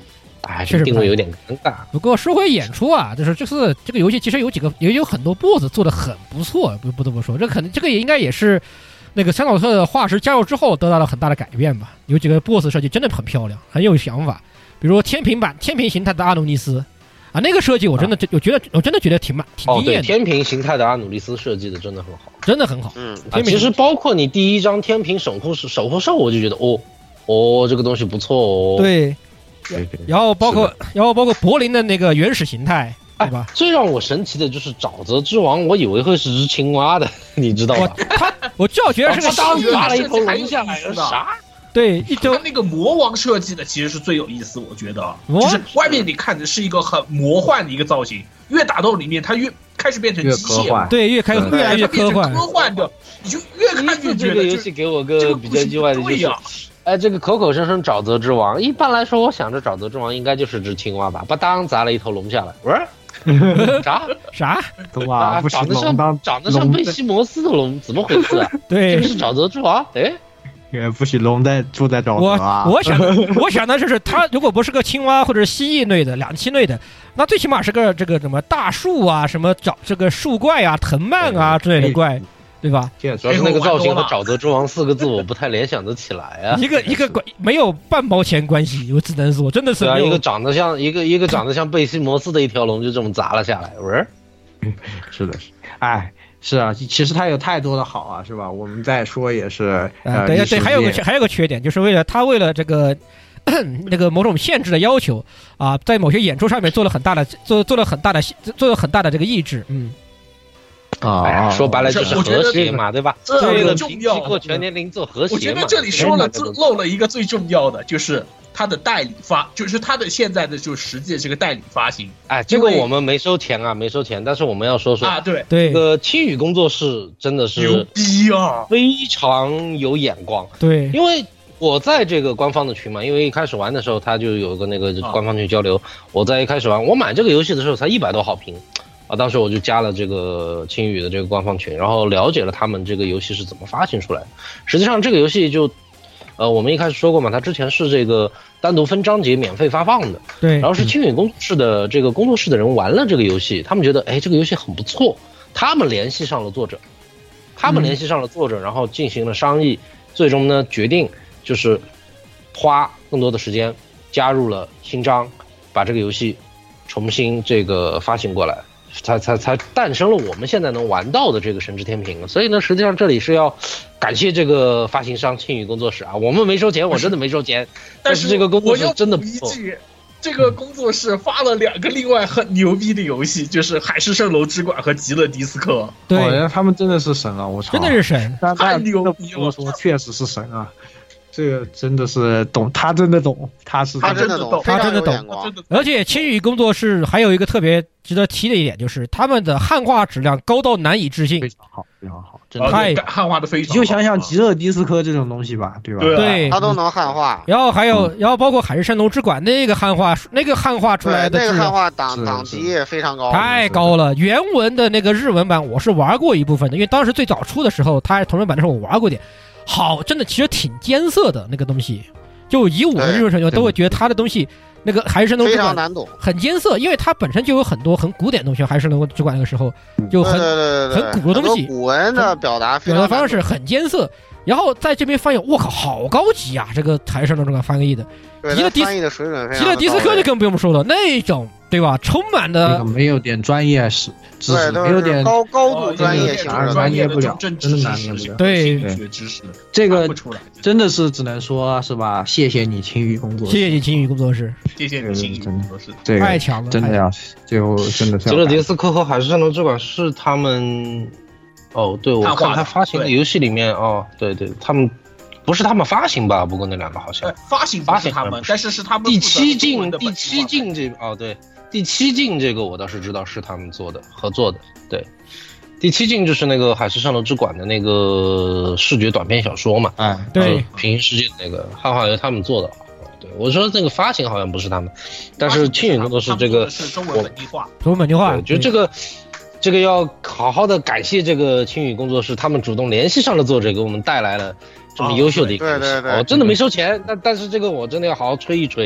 哎，这定位有点尴尬。 不过说回演出啊，就是这次这个游戏其实有几个也有很多 B O S S 做的很不错，不不得不说，这可能这个也应该也是那个三岛特的画师加入之后得到了很大的改变吧。有几个 B O S S 设计真的很漂亮，很有想法，比如天平版天平形态的阿努尼斯。啊，那个设计我真的，我觉得我真的觉得挺满，挺惊艳的。 哦，对，天平形态的阿努利斯设计的真的很好， 真的很好。 嗯，啊，其实包括你第一张天平守护守护兽，我就觉得哦哦，这个东西不错哦。 对，然后包括然后包括柏林的那个原始形态，对吧？ 哎，最让我神奇的就是沼泽之王，我以为会是只青蛙的，你知道吧？ 我他我就觉得是个当抓了一头龙下来，啥？ 对，一周他那个魔王设计的其实是最有意思，我觉得，就是外面你看的是一个很魔幻的一个造型，越打到里面，它越开始变成机械， 对，越开越来越科幻， 科幻的，你就越看越觉得。 这个游戏给我个比较意外的就是，哎，这个口口声声沼泽之王，一般来说我想着沼泽之王应该就是只青蛙吧，吧当砸了一头龙下来，不是？啥啥？ 哇，不长得像长得像贝西摩斯的龙，怎么回事啊？ 对， 这个是沼泽之王，哎。 也不许龙在住在沼泽啊！ 我我想我想的就是它如果不是个青蛙或者蜥蜴类的两栖类的，那最起码是个这个什么大树啊，什么沼这个树怪啊、藤蔓啊之类的怪，对吧？ 主要是那个造型和沼泽之王四个字我不太联想得起来啊。 一个一个关没有半毛钱关系，我只能说真的是。 对啊，一个长得像一个一个长得像贝西摩斯的一条龙就这么砸了下来，不是？ 是的，是，哎。是啊，其实它有太多的好啊，是吧？我们再说也是，呃， 对对，还有个还有个缺点，就是为了他为了这个那个某种限制的要求啊，在某些演出上面做了很大的做做了很大的做了很大的这个抑制，嗯。 啊，说白了就是和谐嘛，对吧？ 这个重要过全年龄做和谐嘛。 我觉得这里说了漏了一个最重要的，就是它的代理发，就是它的现在的就实际的这个代理发行。 哎，这个我们没收钱啊，没收钱，但是我们要说说啊，对对， 这个青宇工作室真的是牛逼啊， 非常有眼光。 对， 因为我在这个官方的群嘛，因为一开始玩的时候他就有一个那个官方群交流，我在一开始玩，我买这个游戏的时候才一百多好评。啊，当时我就加了这个青宇的这个官方群，然后了解了他们这个游戏是怎么发行出来的。实际上这个游戏就，呃，我们一开始说过嘛，它之前是这个单独分章节免费发放的。 对。 然后是青宇工作室的这个工作室的人玩了这个游戏，他们觉得，哎，这个游戏很不错，他们联系上了作者，他们联系上了作者，然后进行了商议，最终呢决定就是花更多的时间加入了新章，把这个游戏重新这个发行过来。才才才诞生了我们现在能玩到的这个神之天平，所以呢，实际上这里是要感谢这个发行商青宇工作室啊，我们没收钱，我真的没收钱，但是这个工作室真的不错。 这个工作室发了两个另外很牛逼的游戏，就是《海市蜃楼之馆》和《极乐迪斯科》。 对， 哦，他们真的是神啊！我操， 真的是神， 太牛逼了！ 我说确实是神啊。这个真的是懂，他真的懂，他是他真的懂， 他真的懂。而且青宇工作室还有一个特别值得提的一点，就是他们的汉化质量高到难以置信， 非常好，非常好，真的太汉化的非常好。 你就想想极乐迪斯科这种东西吧，对吧？ 对， 他都能汉化。 然后还有，然后包括《海市蜃楼之馆》那个汉化，那个汉化出来的那个汉化档档级也非常高， 太高了。原文的那个日文版我是玩过一部分的，因为当时最早出的时候，它同人版的时候我玩过点。好，真的其实挺艰涩的那个东西，就以我的日文程度都会觉得它的东西那个还是能非常难懂， 很艰涩，因为它本身就有很多很古典的东西，还是能够只管那个时候就很很古的东西， 古文的表达表达方式很艰涩。然后在这边翻译，我靠，好高级啊！这个还是那种翻译的， 极乐迪翻译的水准非常高， 极乐迪斯科就更不用说了，那种对吧？充满的没有点专业是知识，没有点高高度专业性， 拿捏不了，真的拿捏不了。 对对，这个真的是只能说是吧？谢谢你青宇工作室， 谢谢你青宇工作室， 谢谢你青宇工作室， 这个太强了， 真的要就真的是。 极乐迪斯科和海市蜃楼之馆是他们。哦，对，我看他发行的游戏里面，哦，对对，他们不是他们发行吧？不过那两个好像发行发行他们，但是是他们第七进第七进这个哦，对，第七进这个我倒是知道是他们做的合作的，对，第七进就是那个海市蜃楼之馆的那个视觉短篇小说嘛， 哎， 对， 平行世界的那个汉化由他们做的。对，我说那个发行好像不是他们，但是青宇工作室这个是中文本地化， 中文本地化， 我觉得这个。这个要好好的感谢这个青宇工作室，他们主动联系上了作者，给我们带来了这么优秀的一个游戏。 对对对， 我真的没收钱，但但是这个我真的要好好吹一吹，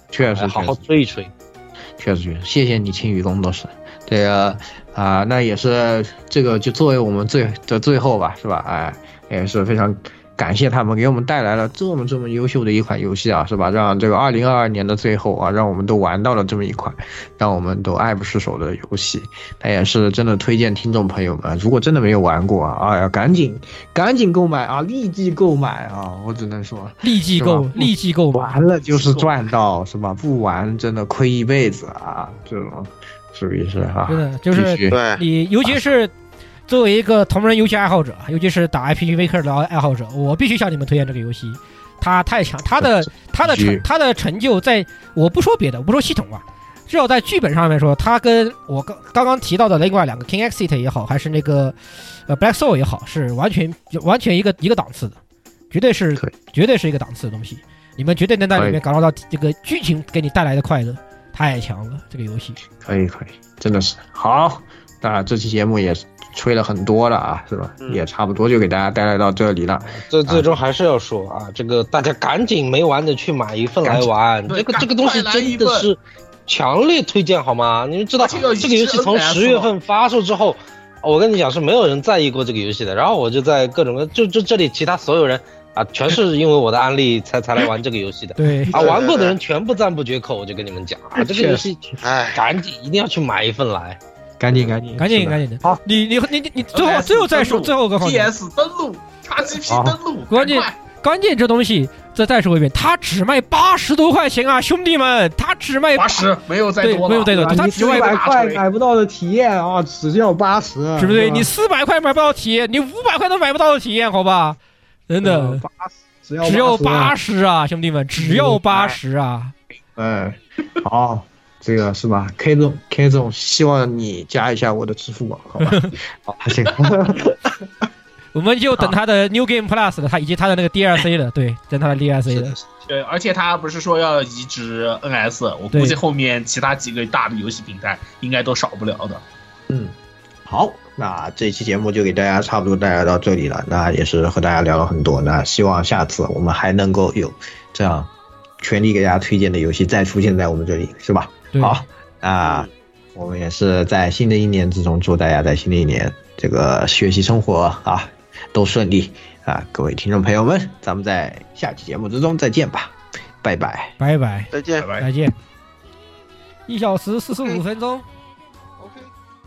确实好好吹一吹。 确实确实，谢谢你青雨工作室。这个啊、呃，那也是这个就作为我们最的最后吧，是吧？哎，也是非常感谢他们给我们带来了这么这么优秀的一款游戏啊，是吧？让这个二零二二年的最后啊，让我们都玩到了这么一款让我们都爱不释手的游戏。那也是真的推荐听众朋友们，如果真的没有玩过啊，哎呀，赶紧赶紧购买啊，立即购买啊！我只能说立即购，立即购买， 玩了就是赚到，是吧？不玩真的亏一辈子啊！这种是不是啊？ 真的就是你，尤其是。作为一个同人游戏爱好者，尤其是打 R P G Maker 的爱好者，我必须向你们推荐这个游戏，它太强，它的它的成它的成就在，我不说别的，我不说系统吧，至少在剧本上面说，它跟我刚刚刚提到的另外两个 King Exit 也好，还是那个呃 Black Soul 也好，是完全完全一个一个档次的，绝对是绝对是一个档次的东西，你们绝对能在里面感受到这个剧情给你带来的快乐，太强了，这个游戏可以可以，真的是好。当然这期节目也吹了很多了啊，是吧？嗯、也差不多就给大家带来到这里了。 这最终还是要说啊，这个大家赶紧没玩的去买一份来玩，这个这个东西真的是强烈推荐好吗？你们知道这个游戏从十月份发售之后，我跟你讲是没有人在意过这个游戏的。然后我就在各种就就这里其他所有人啊，全是因为我的安利才才来玩这个游戏的。 对啊，玩过的人全部赞不绝口，我就跟你们讲啊，这个游戏哎，赶紧一定要去买一份来。 赶紧赶紧赶紧赶紧的！好，你你你你最后最后再说最后个 P S 登录 ，X G P 登录， 关键关键这东西再再说一遍，它只卖八十多块钱啊，兄弟们，它只卖八十，没有再多了， 没有再多，它只卖八百块买不到的体验啊，只要八十， 对不对？你四百块买不到体验，你五百块都买不到的体验，好吧？真的， 只要只要八十啊，兄弟们，只要八十啊！ 哎，好。这个是吧 ？K 总 ，K 总，希望你加一下我的支付宝，好吧？好，行。 我们就等他的 New Game Plus 的，他以及他的那个 D L C 的，对，等他的 D L C 的。 对，而且他不是说要移植 N S， 我估计后面其他几个大的游戏平台应该都少不了的。 嗯，好，那这期节目就给大家差不多带来到这里了。那也是和大家聊了很多，那希望下次我们还能够有这样全力给大家推荐的游戏再出现在我们这里，是吧？好，那我们也是在新的一年之中，祝大家在新的一年这个学习生活啊都顺利啊！各位听众朋友们，咱们在下期节目之中再见吧，拜拜， 拜拜， 再见， 再见，一小时四十五分钟。 OK。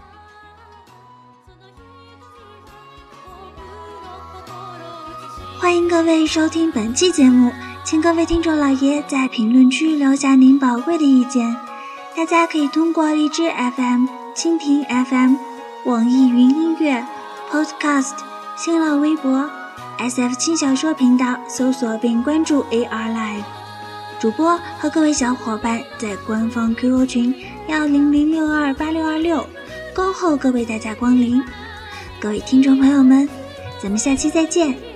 欢迎各位收听本期节目，请各位听众老爷在评论区留下您宝贵的意见。大家可以通过荔枝 F M、蜻蜓 F M、网易云音乐、Podcast、新浪微博、S F 轻小说频道搜索并关注 A R Live。主播和各位小伙伴在官方 Q Q 群幺零零六二八六二六恭候各位大驾光临。各位听众朋友们，咱们下期再见。